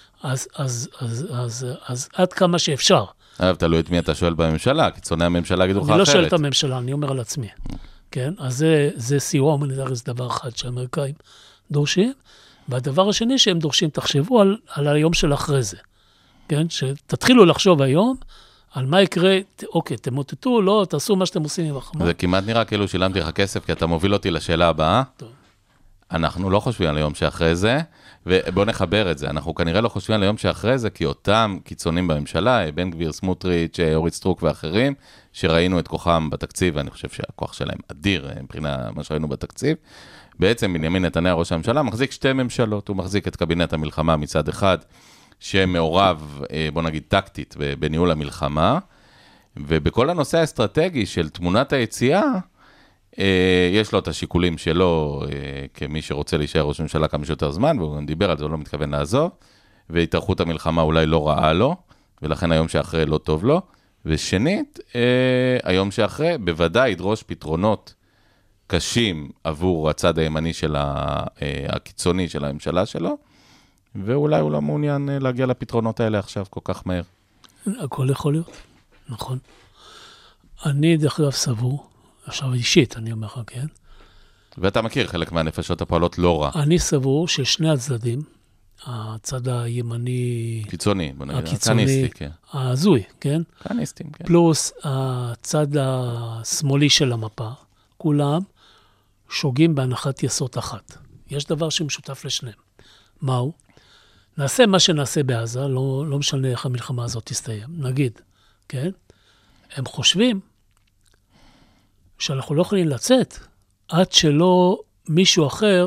Speaker 4: אז עד כמה שאפשר.
Speaker 2: תלוי את מי אתה שואל בממשלה, קיצוני הממשלה יגידו לך אחרת.
Speaker 4: אני לא שואל את הממשלה, אני אומר על עצמי. כן? אז זה סיוע הומניטרי, זה דבר אחד שהאמריקאים דורשים, והדבר השני שהם דורשים, תחשבו על היום של אחרי זה. כן? שתתחילו לחשוב היום, על מה יקרה, אוקיי, תמוטטו, לא, תעשו מה שאתם עושים עם החמאס.
Speaker 2: זה כמעט נראה כאילו שילמתי לך כסף, כי אתה מוביל אותי לשאלה הבאה. טוב. אנחנו לא חושבים על היום שאחרי זה, ובואו נחבר את זה. אנחנו כנראה לא חושבים על היום שאחרי זה, כי אותם קיצונים בממשלה, בן גביר, סמוטריץ', אורית סטרוק ואחרים, שראינו את כוחם בתקציב, ואני חושב שהכוח שלהם אדיר, מבחינה מה שראינו בתקציב, בעצם בנימין נתניהו ראש הממשלה מחזיק שתי ממשלות, הוא מחזיק את קבינט המלחמה מצד אחד, שמעורב, בוא נגיד, טקטית בניהול המלחמה, ובכל הנושא האסטרטגי של תמונת היציאה, יש לו את השיקולים שלו, כמי שרוצה להישאר ראש ממשלה כמה שיותר זמן, והוא גם דיבר על זה, הוא לא מתכוון לעזוב, והתארכות המלחמה אולי לא רעה לו, ולכן היום שאחרי לא טוב לו, ושנית, היום שאחרי בוודאי ידרוש פתרונות קשים עבור הצד הימני של הקיצוני של הממשלה שלו, ואולי הוא לא מעוניין להגיע לפתרונות האלה עכשיו כל כך מהר.
Speaker 4: הכל יכול להיות, נכון. אני דרך אגב סבור, עכשיו אישית אני אומר לך, כן?
Speaker 2: ואתה מכיר חלק מהנפשות הפועלות לא רע.
Speaker 4: אני סבור ששני הצדדים, הצד הימני...
Speaker 2: קיצוני, בוא נגיד, כניסטי, כן.
Speaker 4: הזוי, כן?
Speaker 2: כניסטים, כן.
Speaker 4: פלוס הצד השמאלי של המפה, כולם שוגים בהנחת יסוד אחת. יש דבר שמשותף לשניהם. מהו? נעשה מה שנעשה בעזה, לא משנה איך המלחמה הזאת תסתיים. נגיד, כן? הם חושבים שאנחנו לא יכולים לצאת עד שלא מישהו אחר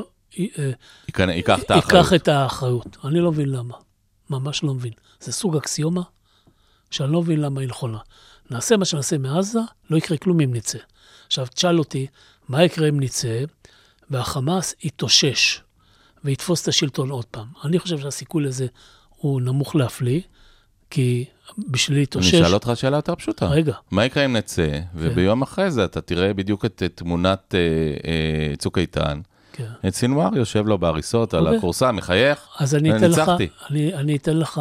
Speaker 4: ייקח את האחריות. אני לא מבין למה. ממש לא מבין. זה סוג אקסיומה שאני לא מבין למה היא נכונה. נעשה מה שנעשה מעזה, לא יקרה כלום אם נצא. עכשיו, תשאל אותי, מה יקרה אם נצא? והחמאס יתאושש ויתפוס את השלטון עוד פעם. אני חושב שהסיכוי לזה הוא נמוך להפליא, כי בשביל להתאושש...
Speaker 2: אני שאל אותך שאלה יותר פשוטה.
Speaker 4: רגע.
Speaker 2: מה יקרה אם נצא, וביום אחרי זה אתה תראה בדיוק את תמונת צוק איתן, את סינואר יושב לו בהריסות על הקורסה, מחייך, וניצחתי.
Speaker 4: אני אתן לך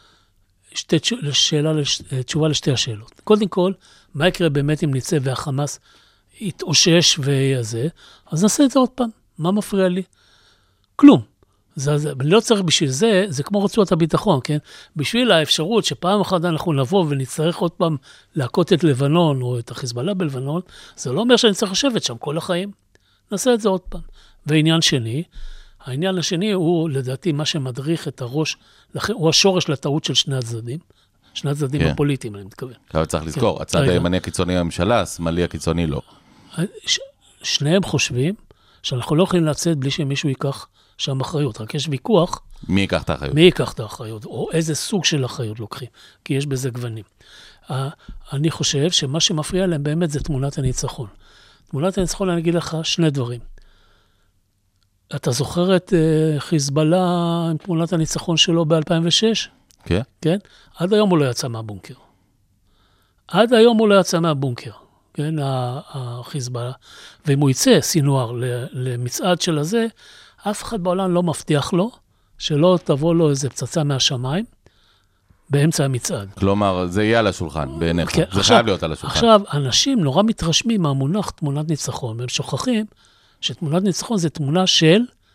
Speaker 4: תשובה לשתי השאלות. קודם כל, מה יקרה באמת אם נצא והחמאס יתאושש ויזה, אז נעשה את זה עוד פעם. מה מפריע לי? כלום. אני לא צריך בשביל זה, זה כמו רצועת הביטחון, כן? בשביל האפשרות שפעם אחת אנחנו נבוא ונצטרך עוד פעם להכות את לבנון, או את החיזבאללה בלבנון, זה לא אומר שאני צריך לשבת שם כל החיים. נעשה את זה עוד פעם. ועניין שני, העניין השני הוא, לדעתי, מה שמדריך את הראש, הוא השורש לטעות של שני הצדדים, שני הצדדים הפוליטיים, אני מתכוון.
Speaker 2: אבל צריך לזכור, הצד הימני הקיצוני הממשלה, השמאלי הקיצוני לא.
Speaker 4: שניהם חושבים שאנחנו לא יכולים לצאת בלי שמישהו ייקח שם אחריות, רק יש ויכוח.
Speaker 2: מי ייקח את האחריות?
Speaker 4: מי ייקח את האחריות, או איזה סוג של אחריות לוקחים, כי יש בזה גוונים. אני חושב שמה שמפריע להם באמת זה תמונת הניצחון. תמונת הניצחון, אני אגיד לך שני דברים. אתה זוכר את חיזבאללה עם תמונת הניצחון שלו ב-2006?
Speaker 2: כן.
Speaker 4: כן? עד היום הוא לא יצא מהבונקר. עד היום הוא לא יצא מהבונקר. כן, החיזבאללה. ואם הוא יצא, סינואר, למצעד של הזה, אף אחד בעולם לא מבטיח לו, שלא תבוא לו איזה פצצה מהשמיים, באמצע המצעד.
Speaker 2: כלומר, זה יהיה על השולחן, בעיניך. זה עכשיו, חייב להיות על השולחן.
Speaker 4: עכשיו, אנשים נורא מתרשמים מהמונח תמונת ניצחון, והם שוכחים שתמונת ניצחון זה תמונה של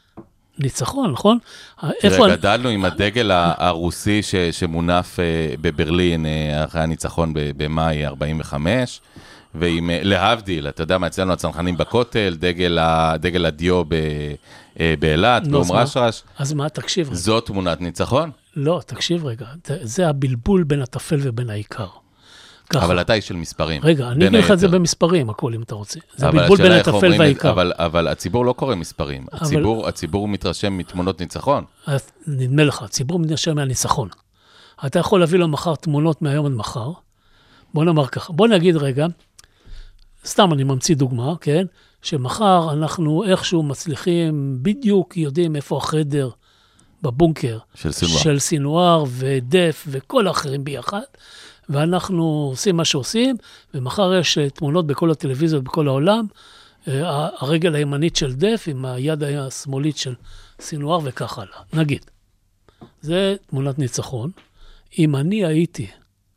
Speaker 5: ניצחון, נכון?
Speaker 2: תראה, גדלנו עם הדגל הרוסי שמונף בברלין, אחרי הניצחון במאי 45, ועם להבדיל, אתה יודע מה, אצלנו הצנחנים בכותל, דגל הדיו באילת, באום רשרש.
Speaker 5: אז מה, תקשיב רגע.
Speaker 2: זו תמונת ניצחון?
Speaker 5: לא, תקשיב רגע. זה הבלבול בין הטפל ובין העיקר.
Speaker 2: אבל אתה איש של מספרים.
Speaker 5: רגע, אני אגיד לך את זה במספרים, הכל אם אתה רוצה. זה הבלבול בין הטפל והעיקר.
Speaker 2: אבל הציבור לא קורא מספרים. הציבור מתרשם מתמונות ניצחון.
Speaker 5: נדמה לך, הציבור מתרשם מהניצחון. אתה יכול להביא לו מחר תמונות מהיום עד מחר. בוא נאמר ככה. בוא נגיד רגע, סתם אני ממציא דוגמה, כן? שמחר אנחנו איכשהו מצליחים, בדיוק יודעים איפה החדר בבונקר. של סינואר ודף וכל האחרים ביחד. ואנחנו עושים מה שעושים, ומחר יש תמונות בכל הטלוויזיות בכל העולם, הרגל הימנית של דף עם היד השמאלית של סינואר וכך הלאה. נגיד, זה תמונת ניצחון. אם אני הייתי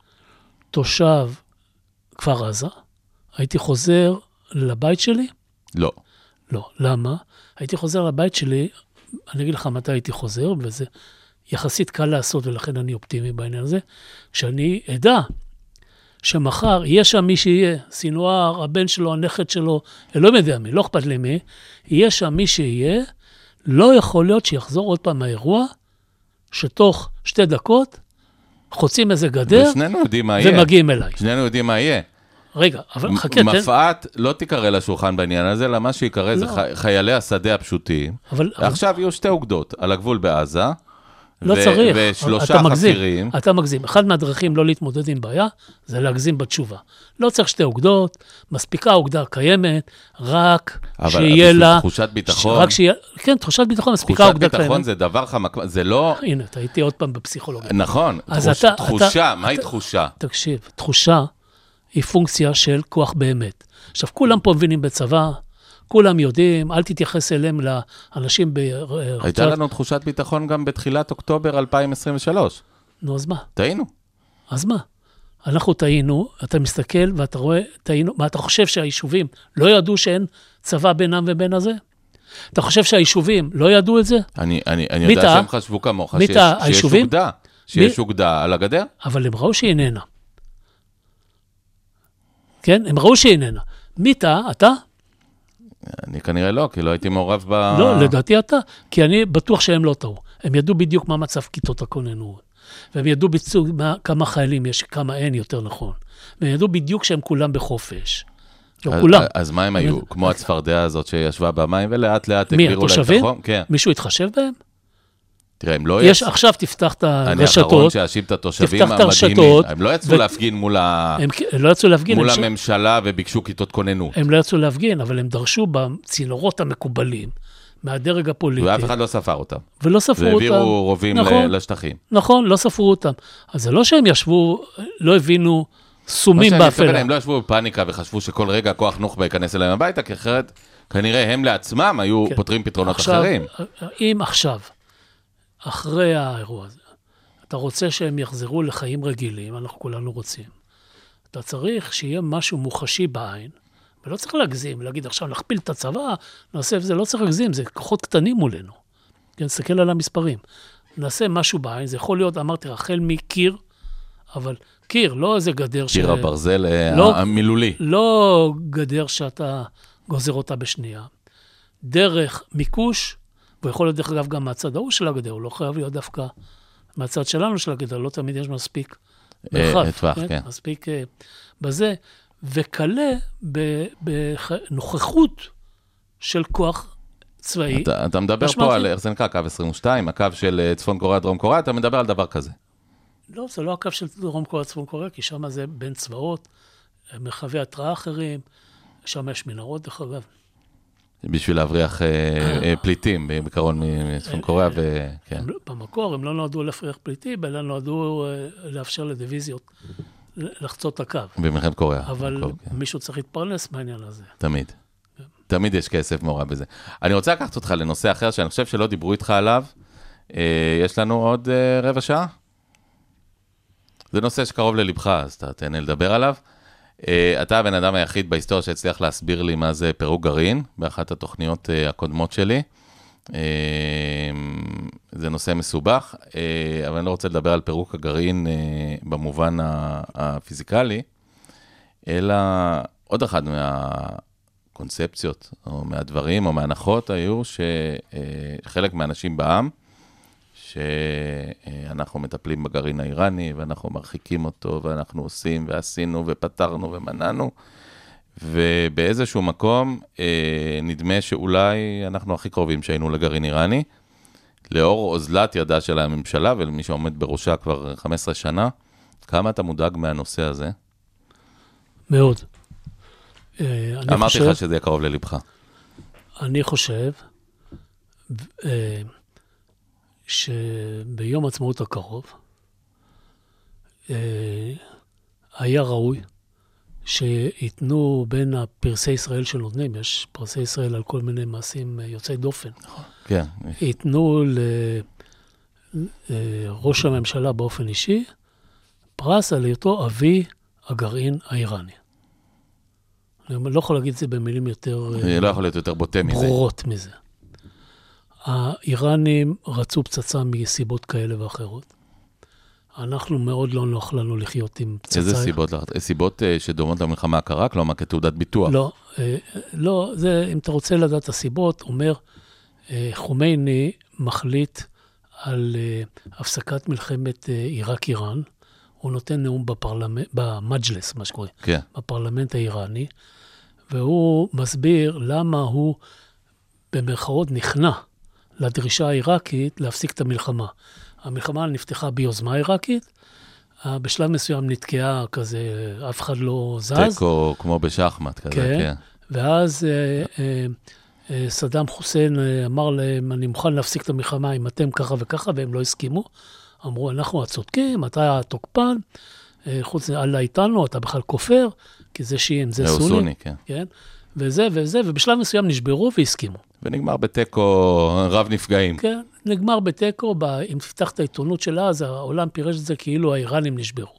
Speaker 5: תושב כפר עזה, הייתי חוזר לבית שלי?
Speaker 2: לא.
Speaker 5: לא. למה? הייתי חוזר לבית שלי, אני אגיד לך מתי הייתי חוזר, וזה יחסית קל לעשות, ולכן אני אופטימי בעניין הזה, שאני אדע שמחר יהיה שם מי שיהיה, סינואר, הבן שלו, הנכד שלו, לא יודע מי, לא אכפת לי מי, יהיה שם מי שיהיה, לא יכול להיות שיחזור עוד פעם מהאירוע, שתוך 2 דקות חוצים איזה גדר,
Speaker 2: ושנינו יודעים מה יהיה.
Speaker 5: ומגיעים אליי.
Speaker 2: שנינו יודעים מה יהיה.
Speaker 5: רגע, אבל חכה.
Speaker 2: מפעת לא תיקרא לשולחן בעניין הזה, אלא מה שיקרא זה חיילי השדה הפשוטים. עכשיו יהיו 2 אוגדות על הגבול בעזה,
Speaker 5: לא צריך.
Speaker 2: ו3 חפירים.
Speaker 5: אתה מגזים. אחד מהדרכים לא להתמודד עם בעיה, זה להגזים בתשובה. לא צריך 2 אוגדות, מספיקה אוגדה קיימת, רק שיהיה לה...
Speaker 2: אבל תחושת ביטחון...
Speaker 5: כן, תחושת ביטחון, מספיקה אוגדה קיימת.
Speaker 2: תחושת ביטחון זה דבר חמק... זה לא...
Speaker 5: הנה, אתה הייתי עוד פעם בפסיכולוגיה.
Speaker 2: נכון, תחושה, מהי תחושה?
Speaker 5: תקשיב, תחושה היא פונקציה של כוח באמת. עכשיו, כולם פה מבינים בצבא, כולם יודעים, אל תתייחס אליהם לאנשים
Speaker 2: הייתה לנו תחושת ביטחון גם בתחילת אוקטובר 2023.
Speaker 5: נו, אז מה?
Speaker 2: טעינו.
Speaker 5: אז מה? אנחנו טעינו, אתה מסתכל ואתה רואה, טעינו, מה אתה חושב שהיישובים לא ידעו שאין צבא בינם ובין הזה? אתה חושב שהיישובים לא ידעו את זה?
Speaker 2: אני יודע שהם חשבו כמוך, שיש אוגדה על הגדר.
Speaker 5: אבל הם ראו שהיא איננה. כן? הם ראו שהיא איננה. מי טעה? אתה?
Speaker 2: אני כנראה לא, כי לא הייתי מעורב ב...
Speaker 5: לא, לדעתי אתה, כי אני בטוח שהם לא טעו. הם ידעו בדיוק מה מצב כיתות הכוננות, והם ידעו בדיוק כמה חיילים יש, כמה אין יותר נכון. והם ידעו בדיוק שהם כולם בחופש. כולם.
Speaker 2: אז מה הם היו? כמו הצפרדע הזאת שישבה במים, ולאט לאט
Speaker 5: מי, התושבים? מישהו התחשב בהם?
Speaker 2: תראה, הם לא...
Speaker 5: עכשיו תפתח את הרשתות.
Speaker 2: אני האחרון שאשים את התושבים המדהימים. הם לא יצאו להפגין מול הממשלה וביקשו כיתות כוננות.
Speaker 5: הם לא יצאו להפגין, אבל הם דרשו בצינורות המקובלים, מהדרג הפוליטי.
Speaker 2: ואף אחד לא ספר אותם.
Speaker 5: ולא ספרו אותם.
Speaker 2: והעבירו רובים לשטחים.
Speaker 5: נכון, לא ספרו אותם. אז זה לא שהם ישבו, לא הבינו סומים באפלה.
Speaker 2: הם לא ישבו בפאניקה וחשבו שכל רגע כוח נוח'בה ייכנס אליהם הביתה, כי אחרת כנראה הם לעצמם היו פותרים פתרונות אחרים.
Speaker 5: אם עכשיו אחרי האירוע הזה, אתה רוצה שהם יחזרו לחיים רגילים, אנחנו כולנו רוצים. אתה צריך שיהיה משהו מוחשי בעין, ולא צריך להגזים, להגיד עכשיו נכפיל את הצבא, נעשה את זה, לא צריך להגזים, זה כוחות קטנים מולנו. כן, נסתכל על המספרים. נעשה משהו בעין, זה יכול להיות, אמרתי, החל מקיר, אבל קיר, לא איזה גדר
Speaker 2: קיר הברזל המילולי.
Speaker 5: לא גדר שאתה גוזר אותה בשנייה. דרך מיקוש, והוא יכול להיות דרך אגב גם מהצד ההוא של הגדר, הוא לא חייב להיות דווקא מהצד שלנו של הגדר, לא תמיד יש מספיק מרחב, כן? מספיק בזה, וקלה בנוכחות של כוח צבאי.
Speaker 2: אתה מדבר פה על, איך זה נקרא, קו 22, הקו של צפון קוריאה, דרום קוריאה, אתה מדבר על דבר כזה.
Speaker 5: לא, זה לא הקו של דרום קוריאה, צפון קוריאה, כי שם זה בין צבאות, מרחבי התראה אחרים, שם יש מנהרות דרך אגב.
Speaker 2: בשביל להבריח פליטים בקרון מצפון קוריאה.
Speaker 5: במקור הם לא נועדו להפריח פליטים, אלא נועדו לאפשר לדיוויזיות לחצות את הקו.
Speaker 2: במלחמת קוריאה.
Speaker 5: אבל מישהו צריך להתפרנס מהעניין הזה.
Speaker 2: תמיד. תמיד יש כסף מעורב בזה. אני רוצה לקחת אותך לנושא אחר, שאני חושב שלא דיברו איתך עליו. יש לנו עוד רבע שעה? זה נושא שקרוב ללבך, אז אתה תהנה לדבר עליו. אתה הבן אדם היחיד בהיסטוריה שהצליח להסביר לי מה זה פירוק גרעין, באחת התוכניות הקודמות שלי. זה נושא מסובך, אבל אני לא רוצה לדבר על פירוק הגרעין במובן הפיזיקלי, אלא עוד אחד מהקונספציות, או מהדברים, או מהנחות היו שחלק מהאנשים בעם, שאנחנו מטפלים בגרעין האיראני, ואנחנו מרחיקים אותו, ואנחנו עושים, ועשינו, ופתרנו, ומנענו, ובאיזשהו מקום נדמה שאולי אנחנו הכי קרובים שהיינו לגרעין איראני, לאור אוזלת ידה של הממשלה, ולמי שעומד בראשה כבר 15 שנה, כמה אתה מודאג מהנושא הזה?
Speaker 5: מאוד.
Speaker 2: אמרתי לך שזה יהיה קרוב ללבך.
Speaker 5: אני חושב שביום עצמאות הקרוב היה ראוי שיתנו בין הפרסי ישראל שנותנים, יש פרסי ישראל על כל מיני מעשים יוצאי דופן.
Speaker 2: כן.
Speaker 5: יתנו לראש הממשלה באופן אישי פרס על היותו אבי הגרעין האיראני. אני לא יכול להגיד את זה במילים יותר...
Speaker 2: לא יכול להיות יותר בוטה מזה.
Speaker 5: ברורות מזה. האיראנים רצו פצצה מסיבות כאלה ואחרות. אנחנו מאוד לא נוח לנו לחיות עם פצצה.
Speaker 2: איזה סיבות? סיבות שדומות למלחמה הקרה? כלומר, כתעודת ביטוח?
Speaker 5: לא, זה, אם אתה רוצה לדעת את הסיבות, אומר, חומייני מחליט על הפסקת מלחמת עיראק-איראן, הוא נותן נאום במג'לס, מה שקורה,
Speaker 2: כן.
Speaker 5: בפרלמנט האיראני, והוא מסביר למה הוא במרכאות נכנע לדרישה העיראקית להפסיק את המלחמה. המלחמה נפתחה ביוזמה עיראקית, בשלב מסוים נתקעה כזה, אף אחד לא זז.
Speaker 2: תיקו כמו בשחמט כזה, כן.
Speaker 5: ואז סדאם חוסיין אמר להם, אני מוכן להפסיק את המלחמה אם אתם ככה וככה, והם לא הסכימו. אמרו, אנחנו הצודקים, אתה התוקפן, חוץ אללה איתנו, אתה בכלל כופר, כי זה שיעים, זה סוני. כן. וזה, ובשלב מסוים נשברו והסכימו.
Speaker 2: ונגמר בטקו רב נפגעים. כן,
Speaker 5: נגמר בטקו, אם תפתח את העיתונות של אז, העולם פירש את זה כאילו האיראנים נשברו.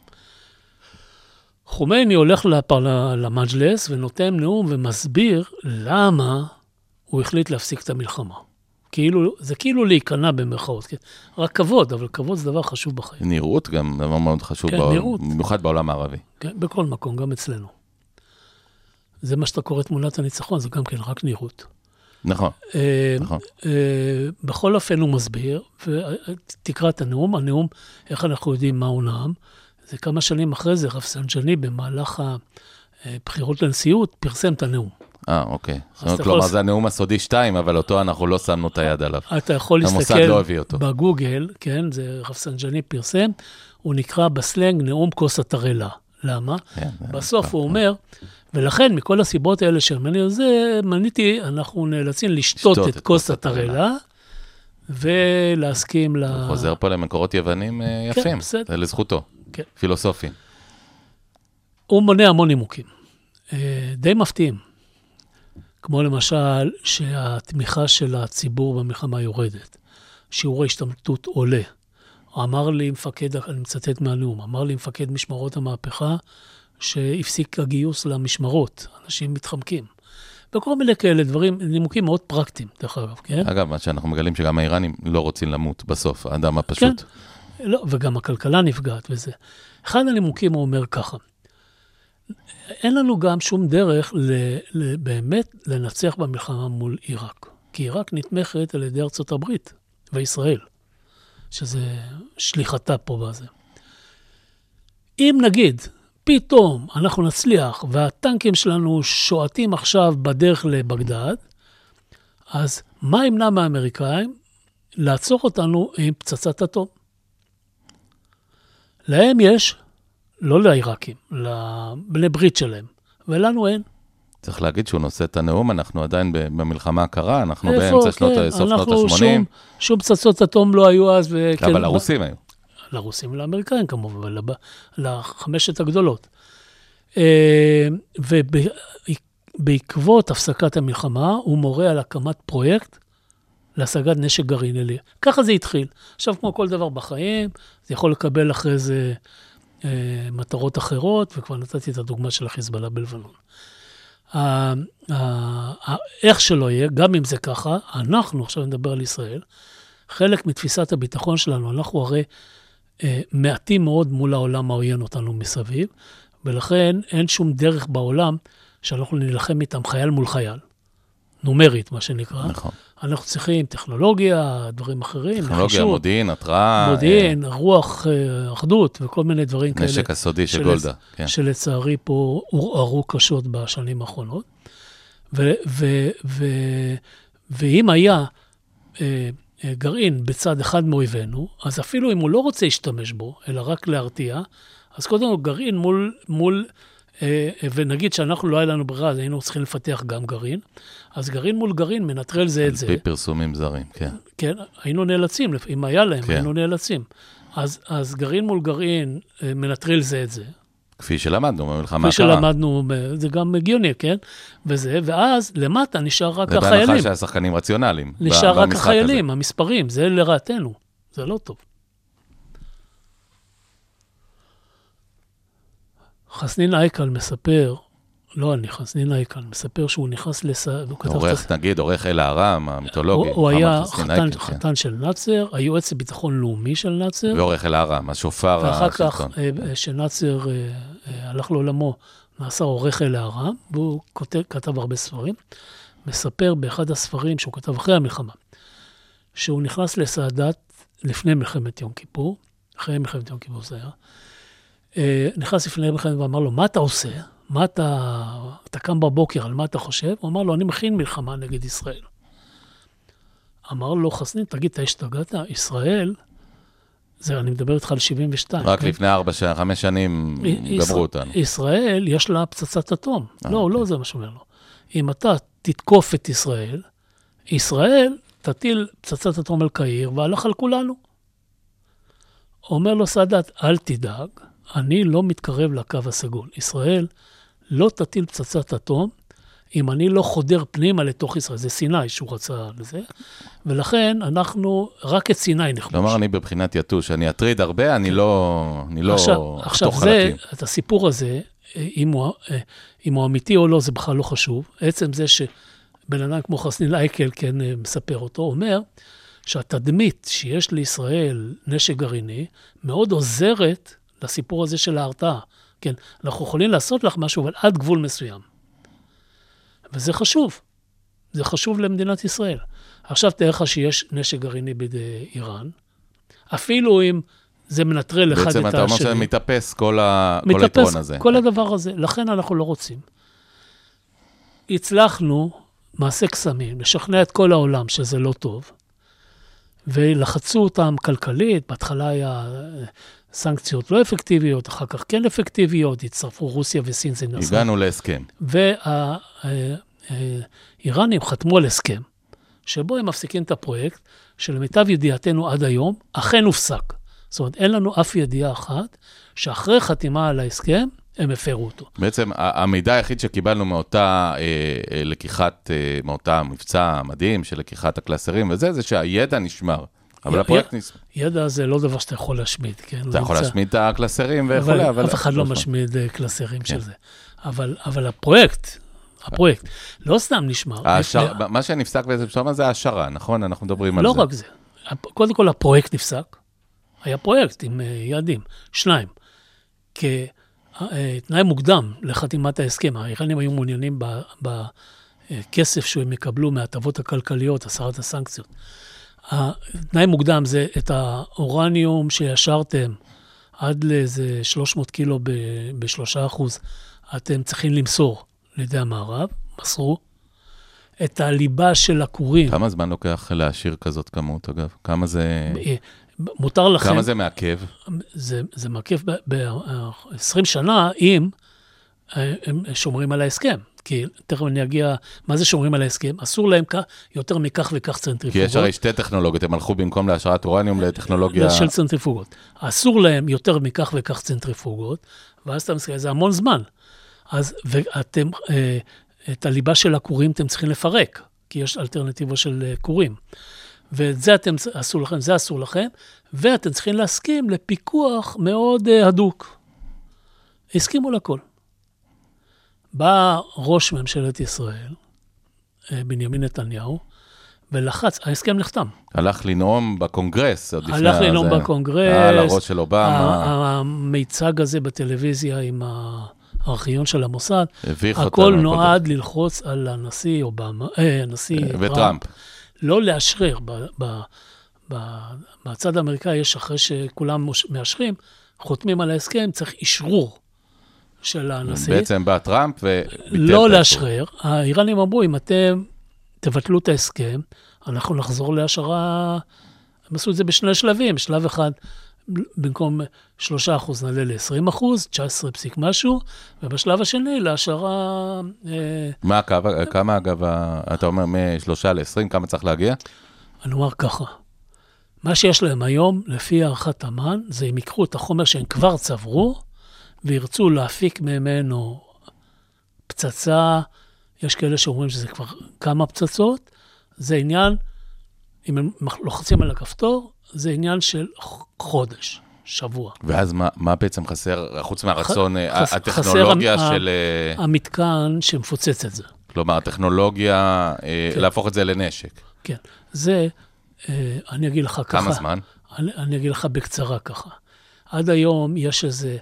Speaker 5: חומייני הולך למג'לס ונותן נאום ומסביר למה הוא החליט להפסיק את המלחמה. זה כאילו להיכנע במרכאות. כן? רק כבוד, אבל כבוד זה דבר חשוב בחיים.
Speaker 2: נראות גם דבר מאוד חשוב, כן, במיוחד בעולם הערבי.
Speaker 5: כן, בכל מקום, גם אצלנו. זה מה שאתה קורא תמונת הניצחון, זה גם כן רק נראות.
Speaker 2: נכון.
Speaker 5: בכל אופן הוא מסביר, ותקרא את הנאום, איך אנחנו יודעים מה הוא נאם, זה כמה שנים אחרי זה, רפסנג'אני במהלך הבחירות לנשיאות, פרסם את הנאום.
Speaker 2: אוקיי. כלומר, זה הנאום הסודי 2, אבל אותו אנחנו לא שמנו את היד עליו.
Speaker 5: אתה יכול להסתכל בגוגל, כן, זה רפסנג'אני פרסם, הוא נקרא בסלנג נאום כוס התרלה. למה? בסוף הוא אומר, ולכן מכל הסיבות האלה מניתי, אנחנו נאלצים לשתות את כוס התרלה, ולהסכים
Speaker 2: הוא חוזר פה למקורות יוונים יפים, זה לזכותו, פילוסופים.
Speaker 5: הוא מונה המון נימוקים, די מפתיעים, כמו למשל שהתמיכה של הציבור במלחמה יורדת, שיעור ההשתמטות עולה. אמר לי מפקד, אני מצטט מהנאום, אמר לי מפקד משמרות המהפכה, שהפסיק הגיוס למשמרות, אנשים מתחמקים. וכל מיני כאלה דברים, נימוקים מאוד פרקטיים, דרך אגב, כן?
Speaker 2: אגב, מה שאנחנו מגלים שגם האיראנים לא רוצים למות בסוף, האדם הפשוט.
Speaker 5: כן, לא, וגם הכלכלה נפגעת וזה. אחד הנימוקים הוא אומר ככה, אין לנו גם שום דרך באמת לנצח במלחמה מול עיראק, כי עיראק נתמכת על ידי ארצות הברית וישראל, שזה שליחתה פה בזה. אם נגיד, פתאום אנחנו נצליח, והטנקים שלנו שועטים עכשיו בדרך לבגדד, אז מה ימנע מהאמריקאים? לעצור אותנו עם פצצת אטום. להם יש, לא לעיראקים, לבני ברית שלהם, ולנו אין.
Speaker 2: צריך להגיד שהוא נושא את הנאום, אנחנו עדיין במלחמה הקרה, אנחנו באמצע סוף שנות ה-80.
Speaker 5: שום פצצות אטום לא היו אז.
Speaker 2: אבל לרוסים היו.
Speaker 5: לרוסים ולאמריקאים כמובן, לחמשת הגדולות. ובעקבות הפסקת המלחמה, הוא מורה על הקמת פרויקט להשגת נשק גרעיני. ככה זה התחיל. עכשיו, כמו כל דבר בחיים, זה יכול לקבל אחרי זה מטרות אחרות, וכבר נתתי את הדוגמה של החיזבאללה בלבנון. איך שלא יהיה, גם אם זה ככה, אנחנו, עכשיו נדבר על ישראל, חלק מתפיסת הביטחון שלנו, אנחנו הרי מעטים מאוד מול העולם העוין אותנו מסביב, ולכן אין שום דרך בעולם שאנחנו נלחם איתם חייל מול חייל. נומרית, מה שנקרא.
Speaker 2: נכון.
Speaker 5: אנחנו צריכים טכנולוגיה, דברים אחרים.
Speaker 2: טכנולוגיה, מודיעין, התראה.
Speaker 5: מודיעין, רוח, אחדות וכל מיני דברים כאלה.
Speaker 2: נשק הסודי של גולדה. כן.
Speaker 5: שלצערי פה עורערו קשות בשנים האחרונות. ואם היה גרעין בצד אחד מאויבינו, אז אפילו אם הוא לא רוצה להשתמש בו, אלא רק להרתיע, אז קודם כל גרעין מול ונגיד שאנחנו לא היה לנו ברירה, אז היינו צריכים לפתח גם גרעין, אז גרעין מול גרעין מנטרל זה את זה.
Speaker 2: על פי פרסומים זרים, כן.
Speaker 5: כן, היינו נאלצים, אם היה להם, היינו נאלצים. אז גרעין מול גרעין מנטרל זה את זה.
Speaker 2: כפי שלמדנו במלחמה הקרה.
Speaker 5: כפי שלמדנו, זה גם הגיוני, כן? ואז למטה נשאר רק החיילים.
Speaker 2: ובהנחה שהשחקנים רציונליים.
Speaker 5: נשאר רק החיילים, המספרים, זה לרעתנו, זה לא טוב. חסנין אייקל מספר, לא אני, חסנין אייקל מספר שהוא נכנס
Speaker 2: עורך אל הערם, המיתולוגי.
Speaker 5: הוא היה חתן של נאצר, היועץ לביטחון לאומי של נאצר.
Speaker 2: ועורך אל הערם, השופר.
Speaker 5: ואחר כך, שנאצר הלך לעולמו, נעשה עורך אל הערם, והוא כתב הרבה ספרים. מספר באחד הספרים שהוא כתב אחרי המלחמה, שהוא נכנס לסעדת לפני מלחמת יום כיפור, אחרי מלחמת יום כיפור זה היה, נכנס לפני מלחמת ואמר לו, מה אתה עושה? מה אתה קם בבוקר, על מה אתה חושב? הוא אמר לו, אני מכין מלחמה נגד ישראל. אמר לו, חסנין, תגיד, אתה השתגעת? ישראל, אני מדבר איתך על 72.
Speaker 2: רק לפני 4-5 שנים גמרו אותנו.
Speaker 5: ישראל, יש לה פצצת אטום. לא, זה מה שאומר לו. אם אתה תתקוף את ישראל, ישראל תטיל פצצת אטום על קהיר, והלך על כולנו. אומר לו סאדאת, אל תדאג, אני לא מתקרב לקו הסגול. ישראל לא תטיל פצצת אטום, אם אני לא חודר פנימה לתוך ישראל. זה סיני שהוא רצה לזה, ולכן אנחנו רק את סיני נכבוש.
Speaker 2: כלומר, אני בבחינת יתוש, אני אטריד הרבה, אני לא
Speaker 5: עכשיו זה, את הסיפור הזה, אם הוא אמיתי או לא, זה בכלל לא חשוב. עצם זה שבן אדם כמו חסנין אייקל, כן, מספר אותו, אומר, שהתדמית שיש לישראל נשק גרעיני, מאוד עוזרת לסיפור הזה של ההרתעה. כן, אנחנו יכולים לעשות לך משהו, אבל עד גבול מסוים. וזה חשוב. זה חשוב למדינת ישראל. עכשיו תאר לך שיש נשק גרעיני בידי איראן, אפילו אם זה מנטרל אחד את השני.
Speaker 2: בעצם אתה אומר שזה מתאפס כל היתרון הזה.
Speaker 5: כל הדבר הזה. לכן אנחנו לא רוצים. הצלחנו, מעשה קסמים, לשכנע את כל העולם שזה לא טוב, ולחצו אותם כלכלית, בהתחלה היה סנקציות לא אפקטיביות, אחר כך כן אפקטיביות, הצטרפו רוסיה וסין.
Speaker 2: הגענו להסכם.
Speaker 5: והאיראנים חתמו על הסכם, שבו הם מפסיקים את הפרויקט, שלמיטב ידיעתנו עד היום, אכן הופסק. זאת אומרת, אין לנו אף ידיעה אחת, שאחרי חתימה על ההסכם, הם הפרו אותו.
Speaker 2: בעצם המידע היחיד שקיבלנו מאותה לקיחת, מאותה מבצע המדהים של לקיחת הקלסרים וזה, זה שהידע נשמר. אבל הפרויקט נשמר.
Speaker 5: ידע זה לא דבר שאתה יכול להשמיד, כן?
Speaker 2: אתה יכול להשמיד את הקלסרים וכולי,
Speaker 5: אבל אף אחד לא משמיד קלסרים של זה. אבל הפרויקט, לא סתם נשמר.
Speaker 2: מה שנפסק בעצם שם זה ההשערה, נכון? אנחנו מדברים על זה.
Speaker 5: לא רק זה. קודם כל הפרויקט נפסק. היה פרויקט עם יעדים. 2. תנאי מוקדם לחתימת ההסכם. האיראנים היו מעוניינים בכסף שהם יקבלו מהטבות הכלכליות, הסרת הסנקציות. התנאי מוקדם זה את האורניום שישרתם עד לאיזה 300 קילו ב3%, אתם צריכים למסור לידי המערב, מסרו. את הליבה של הכורים.
Speaker 2: כמה זמן לוקח להשאיר כזאת כמות, אגב? כמה זה...
Speaker 5: מותר לכם...
Speaker 2: כמה זה מעכב?
Speaker 5: זה מעכב ב-20 שנה, אם הם שומרים על ההסכם. כי תכף אני אגיע, מה זה שומרים על ההסכם? אסור להם יותר מכך וכך צנטריפוגות.
Speaker 2: כי יש הרי שתי טכנולוגיות, הם הלכו במקום להשארת אורניום לטכנולוגיה...
Speaker 5: של צנטריפוגות. אסור להם יותר מכך וכך צנטריפוגות, ואז אתה מסכים, זה המון זמן. ואתם, את הליבה של הכורים אתם צריכים לפרק, כי יש אלטרנטיבה של כורים. ואת זה אסור לכם, זה אסור לכם, ואתם צריכים להסכים לפיקוח מאוד הדוק. הסכימו לכל. בא ראש ממשלת ישראל, בנימין נתניהו, ולחץ, ההסכם נחתם.
Speaker 2: הלך לנאום בקונגרס, עוד לפני
Speaker 5: הלך לנאום בקונגרס.
Speaker 2: על הראש של אובמה.
Speaker 5: המיצג הזה בטלוויזיה עם הארכיון של המוסד,
Speaker 2: הכל
Speaker 5: הכל נועד ללחוץ על הנשיא אובמה, הנשיא
Speaker 2: וטראמפ.
Speaker 5: לא לאשרר. בצד האמריקאי יש, אחרי שכולם מאשרים, חותמים על ההסכם, צריך אישרור של הנשיא.
Speaker 2: בעצם בא טראמפ
Speaker 5: לא לאשרר. האיראנים אמרו, אם אתם תבטלו את ההסכם, אנחנו נחזור להשערה, הם עשו את זה בשני שלבים, שלב אחד, במקום 3% נעלה ל-20%, 19 פסיק משהו, ובשלב השני להשערה...
Speaker 2: מה הקו? כמה אגב, אתה אומר מ-3 ל-20, כמה צריך להגיע?
Speaker 5: אני אומר ככה, מה שיש להם היום, לפי הערכת אמן, זה הם יקחו את החומר שהם כבר צברו, וירצו להפיק ממנו פצצה, יש כאלה שאומרים שזה כבר כמה פצצות, זה עניין, אם הם לוחצים על הכפתור, זה עניין של חודש, שבוע.
Speaker 2: ואז מה בעצם חסר, חוץ מהרצון, הטכנולוגיה של...
Speaker 5: המתקן שמפוצץ את זה.
Speaker 2: כלומר, הטכנולוגיה, להפוך את זה לנשק.
Speaker 5: כן, זה, אני אגיד לך ככה.
Speaker 2: כמה זמן?
Speaker 5: אני אגיד לך בקצרה ככה. עד היום יש איזה...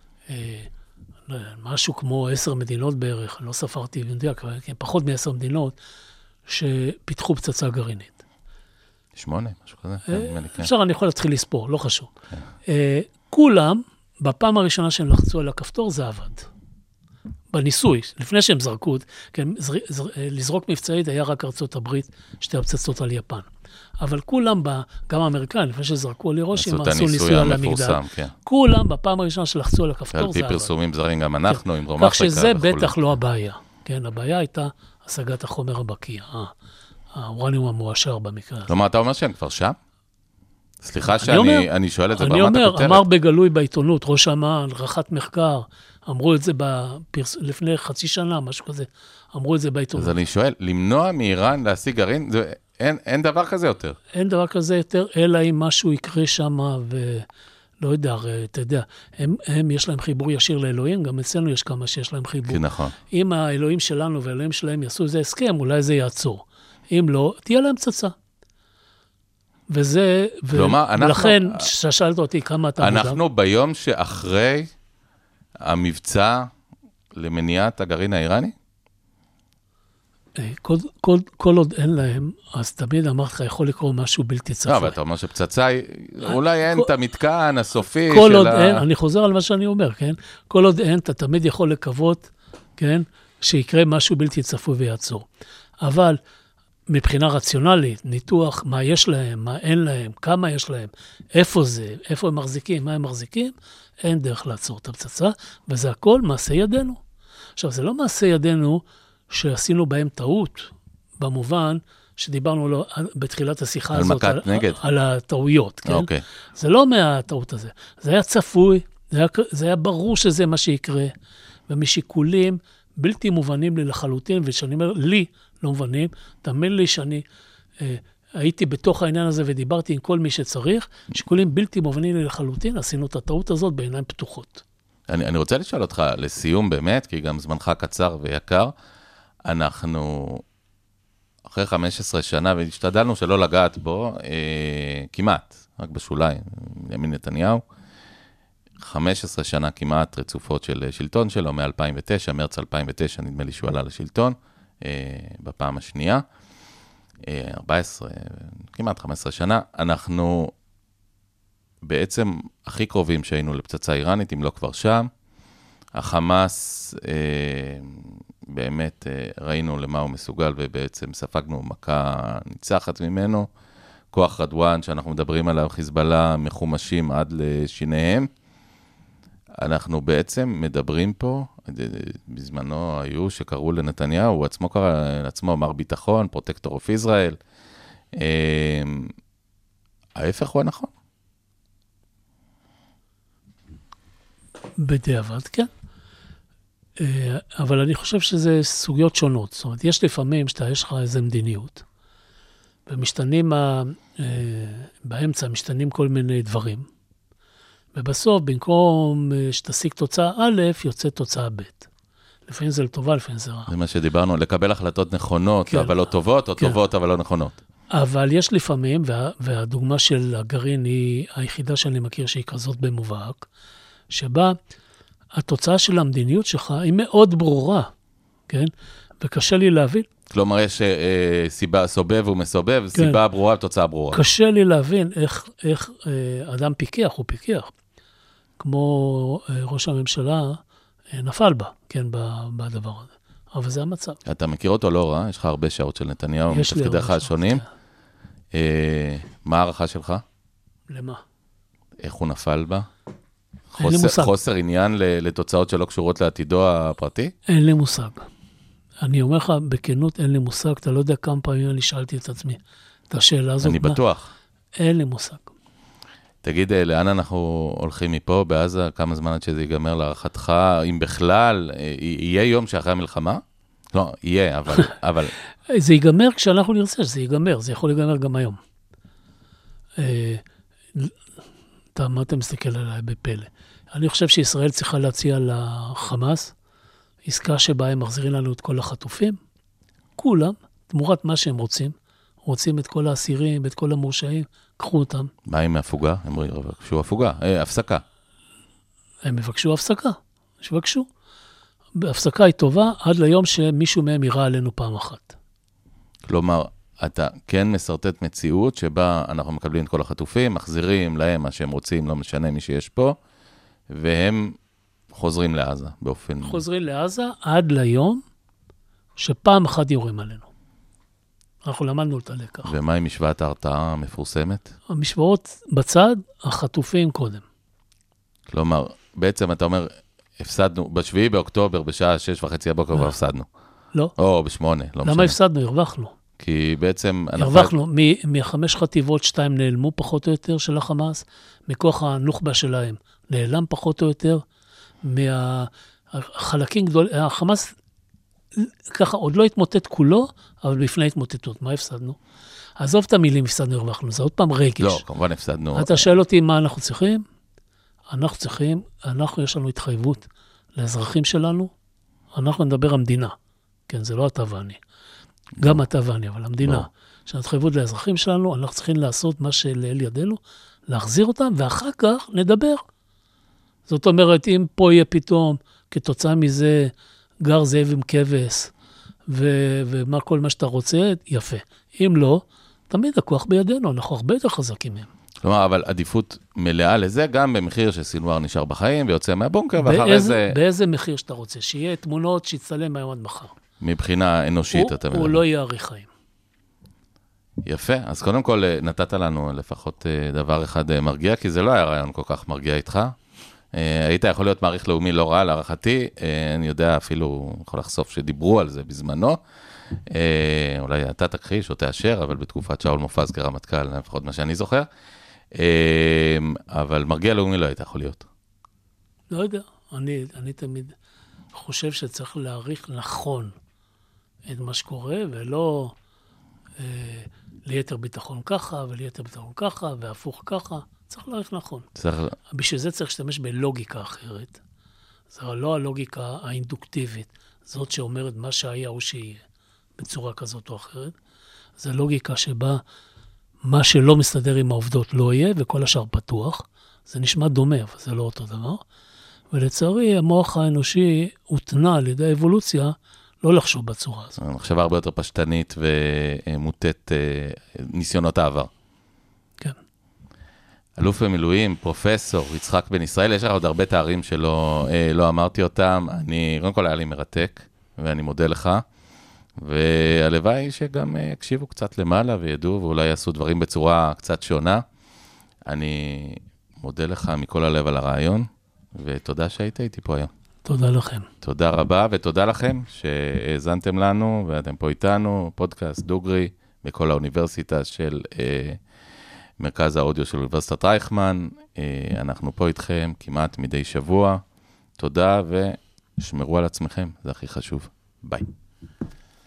Speaker 5: משהו כמו 10 מדינות בערך, לא ספרתי, פחות מ10 מדינות, שפיתחו פצצה גרעינית.
Speaker 2: 8, משהו כזה.
Speaker 5: אפשר, אני יכול להתחיל לספור, לא חשוב. כולם, בפעם הראשונה שהם לחצו על הכפתור, זה עבד. בניסוי, לפני שהם זרקו, לזרוק מבצעית היה רק ארצות הברית, שתי הפצצות על יפן. אבל כולם, גם האמריקאים, לפני שזרקו על הירושימה, עשו ניסוי על המגדל. כולם, בפעם הראשונה שלחצו על הכפתור, זה
Speaker 2: על פי
Speaker 5: עבד.
Speaker 2: פרסומים זרים, גם אנחנו, עם דרום אפריקה.
Speaker 5: כך שזה בטח לא הבעיה. כן, הבעיה הייתה השגת החומר הבקיע, האורניום המואשר במקרה הזה.
Speaker 2: כלומר, אתה אומר שהם כבר שם? סליחה שאני שואל את זה ברמת הכותרת.
Speaker 5: אמר בגלוי בעיתונות, ראש אמ"ן, רח"ט מחקר, אמרו את זה לפני חצי שנה, משהו כזה, אמרו את זה בעיתונות.
Speaker 2: אז אני שואל, למנוע מאיראן להשיג גרעין, אין דבר כזה יותר.
Speaker 5: אין דבר כזה יותר, אלא אם משהו יקרה שם, ולא יודע, אתה יודע, הם יש להם חיבור ישיר לאלוהים, גם אצלנו יש כמה שיש להם חיבור.
Speaker 2: כן, נכון.
Speaker 5: אם האלוהים שלנו והאלוהים שלהם יעשו איזה הסכם, אולי זה יעצור. אם לא, תהיה להם פצצה. וזה, ולכן, ששאלת אותי כמה אתה מודע.
Speaker 2: אנחנו ביום שאחרי המבצע למניעת הגרעין האיראני?
Speaker 5: כל עוד אין להם, אז תמיד אמרת לך, יכול לקרוא משהו בלתי צפוי.
Speaker 2: לא, אבל אתה אומר שפצצה, אולי אין את המתקן הסופי
Speaker 5: כל עוד אין, אני חוזר על מה שאני אומר, כן? כל עוד אין, אתה תמיד יכול לקוות, כן? שיקרה משהו בלתי צפוי ויעצור. אבל מבחינה רציונלית, ניתוח מה יש להם, מה אין להם, כמה יש להם, איפה זה, איפה הם מחזיקים, מה הם מחזיקים, אין דרך לעצור את הפצצה, וזה הכל מעשה ידינו. עכשיו, זה לא מעשה ידינו שעשינו בהם טעות, במובן שדיברנו לו בתחילת השיחה הזאת, על הטעויות. כן?
Speaker 2: אוקיי.
Speaker 5: זה לא מהטעות הזה. זה היה צפוי, זה היה ברור שזה מה שיקרה, ומשיקולים בלתי מובנים לי לחלוטין, ושאני אומר, לי לא מובנים, תאמין לי שאני הייתי בתוך העניין הזה ודיברתי עם כל מי שצריך, שיקולים בלתי מובנים לי לחלוטין, עשינו את הטעות הזאת בעיניים פתוחות.
Speaker 2: אני רוצה לשאול אותך לסיום באמת, כי גם זמנך קצר ויקר, אנחנו אחרי 15 שנה, והשתדלנו שלא לגעת בו, כמעט, רק בשוליים, ימין נתניהו, 15 שנה כמעט רצופות של שלטון שלו, מ-2009, מרץ 2009, נדמה לי שהוא עלה לשלטון, בפעם השנייה, 14, כמעט 15 שנה, אנחנו בעצם הכי קרובים שהיינו לפצצה איראנית, אם לא כבר שם. החמאס, באמת ראינו למה הוא מסוגל, ובעצם ספגנו מכה ניצחת ממנו. כוח רדואן, שאנחנו מדברים עליו, חיזבאללה, מחומשים עד לשיניהם. אנחנו בעצם מדברים פה, בזמנו היו שקראו לנתניהו, הוא עצמו קרא לעצמו מר ביטחון, פרוטקטור אוף ישראל. ההפך הוא הנכון.
Speaker 5: בדיעבד, כן. אבל אני חושב שזה סוגיות שונות. זאת אומרת, יש לפעמים יש לך איזו מדיניות, ומשתנים, באמצע משתנים כל מיני דברים. ובסוף, במקום שתשיג תוצאה א', יוצא תוצאה ב'. לפעמים זה לטובה, לפעמים זה רע.
Speaker 2: זה מה שדיברנו, לקבל החלטות נכונות, כן. אבל לא טובות, או כן. טובות, אבל לא נכונות.
Speaker 5: אבל יש לפעמים, והדוגמה של הגרעין היא היחידה שאני מכיר שהיא כזאת במובהק, שבה התוצאה של המדיניות שלך היא מאוד ברורה, כן? וקשה לי להבין.
Speaker 2: כלומר, יש סיבה סובב ומסובב, כן. סיבה ברורה, תוצאה ברורה.
Speaker 5: קשה לי להבין איך אדם פיקח, הוא פיקח, כמו ראש הממשלה נפל בה, כן, בדבר הזה. אבל זה המצב.
Speaker 2: אתה מכיר אותו לא רע? יש לך הרבה שעות של נתניהו, מתפקידיך השונים. מה הערכה שלך?
Speaker 5: למה?
Speaker 2: איך הוא נפל בה? חוסר עניין לתוצאות שלא קשורות לעתידו הפרטי?
Speaker 5: אין לי מושג. אני אומר לך, בכנות אין לי מושג, אתה לא יודע כמה פעמים אני שאלתי את עצמי את השאלה הזאת.
Speaker 2: אני בטוח.
Speaker 5: אין לי מושג.
Speaker 2: תגיד, לאן אנחנו הולכים מפה, בעזה, כמה זמן עד שזה ייגמר להערכתך, אם בכלל, יהיה יום שאחרי המלחמה? לא, יהיה, אבל...
Speaker 5: זה ייגמר כשאנחנו נרצה שזה ייגמר, זה יכול להיגמר גם היום. מה אתה מסתכל עליי בפלא? אני חושב שישראל צריכה להציע לחמאס, עסקה שבה הם מחזירים לנו את כל החטופים, כולם, תמורת מה שהם רוצים את כל האסירים, את כל המורשעים, קחו אותם.
Speaker 2: מה עם הפוגה? הם יבקשו הפוגה, הפסקה.
Speaker 5: הם יבקשו הפסקה, שבקשו. הפסקה היא טובה עד ליום שמישהו מהם יראה עלינו פעם אחת.
Speaker 2: כלומר, אתה כן מסרטט מציאות שבה אנחנו מקבלים את כל החטופים, מחזירים להם מה שהם רוצים, לא משנה מי שיש פה, והם חוזרים לעזה באופן...
Speaker 5: חוזרים לעזה עד ליום שפעם אחת יורים עלינו. אנחנו למדנו את הלקח.
Speaker 2: ומה עם משוואת ההרתעה המפורסמת?
Speaker 5: המשוואות בצד, החטופים קודם.
Speaker 2: כלומר, בעצם אתה אומר, הפסדנו, ב7 באוקטובר, בשעה 6:30 הבוקר, והפסדנו.
Speaker 5: לא.
Speaker 2: או ב8, לא משנה.
Speaker 5: למה הפסדנו? הרווחנו.
Speaker 2: כי בעצם...
Speaker 5: הרווחנו, מ5 חטיבות 2 נעלמו פחות או יותר של החמאס, מכוח הנוח'בה שלהם נעלם פחות או יותר, מהחלקים גדולים, החמאס ככה עוד לא התמוטט כולו, אבל בפני התמוטטות, מה הפסדנו? עזוב את המילים, הפסדנו, הרווחנו, זה עוד פעם רגש.
Speaker 2: לא, כמובן הפסדנו.
Speaker 5: אתה שואל אותי מה אנחנו צריכים? יש לנו התחייבות לאזרחים שלנו, אנחנו נדבר המדינה, כן, זה לא אתה ואני, גם אתה ואני, אבל המדינה, יש לנו התחייבות לאזרחים שלנו, אנחנו צריכים לעשות מה שלאל ידינו, להחזיר אותם, ואחר כך נדבר. זאת אומרת, אם פה יהיה פתאום, כתוצאה מזה, גר זאב עם כבש, ומה כל מה שאתה רוצה, יפה. אם לא, תמיד הכוח בידינו, אנחנו הרבה יותר חזקים מהם.
Speaker 2: כלומר, אבל עדיפות מלאה לזה, גם במחיר שסינואר נשאר בחיים, ויוצא מהבונקר, ואחרי זה...
Speaker 5: באיזה מחיר שאתה רוצה? שיהיה תמונות שיצטלם מהיום עד מחר.
Speaker 2: מבחינה אנושית, אתה מדבר.
Speaker 5: הוא לא יאריך חיים.
Speaker 2: יפה, אז קודם כל נתת לנו לפחות דבר אחד מרגיע, כי זה לא היה רעיון כל כך מרגיע איתך. היית יכול להיות מעריך לאומי לא רע, להערכתי, אני יודע אפילו, יכול לחשוף שדיברו על זה בזמנו, אולי אתה תכחיש או תאשר, אבל בתקופת שאול מופז כרמטכ"ל, לפחות מה שאני זוכר, אבל מרגיע לאומי לא היית יכול להיות.
Speaker 5: לא יודע, אני תמיד חושב שצריך להעריך נכון את מה שקורה, ולא ליתר ביטחון ככה, וליתר ביטחון ככה, והפוך ככה. צריך להעריך נכון. בשביל זה צריך להשתמש בלוגיקה אחרת. זו לא הלוגיקה האינדוקטיבית, זאת שאומרת מה שהיה או שיהיה, בצורה כזאת או אחרת. זו לוגיקה שבה מה שלא מסתדר עם העובדות לא יהיה, וכל השאר פתוח. זה נשמע דומה, אבל זה לא אותו דבר. ולצערי, המוח האנושי הותנה על ידי האבולוציה, לא לחשוב בצורה הזאת.
Speaker 2: מחשבה הרבה יותר פשטנית ומוטט ניסיונות העבר.
Speaker 5: כן.
Speaker 2: אלוף במילואים, פרופסור, יצחק בן ישראל, יש לך עוד הרבה תארים שלא אמרתי אותם. קודם כל היה לי מרתק, ואני מודה לך. והלוואי שגם הקשיבו קצת למעלה וידעו, ואולי יעשו דברים בצורה קצת שונה. אני מודה לך מכל הלב על הרעיון, ותודה שהיית איתי פה היום.
Speaker 5: תודה לכם.
Speaker 2: תודה רבה, ותודה לכם שהאזנתם לנו, ואתם פה איתנו, פודקאסט דוגרי, בכל האוניברסיטה של מרכז האודיו של אוניברסיטת רייכמן. אנחנו פה איתכם כמעט מדי שבוע. תודה, ושמרו על עצמכם, זה הכי חשוב. ביי.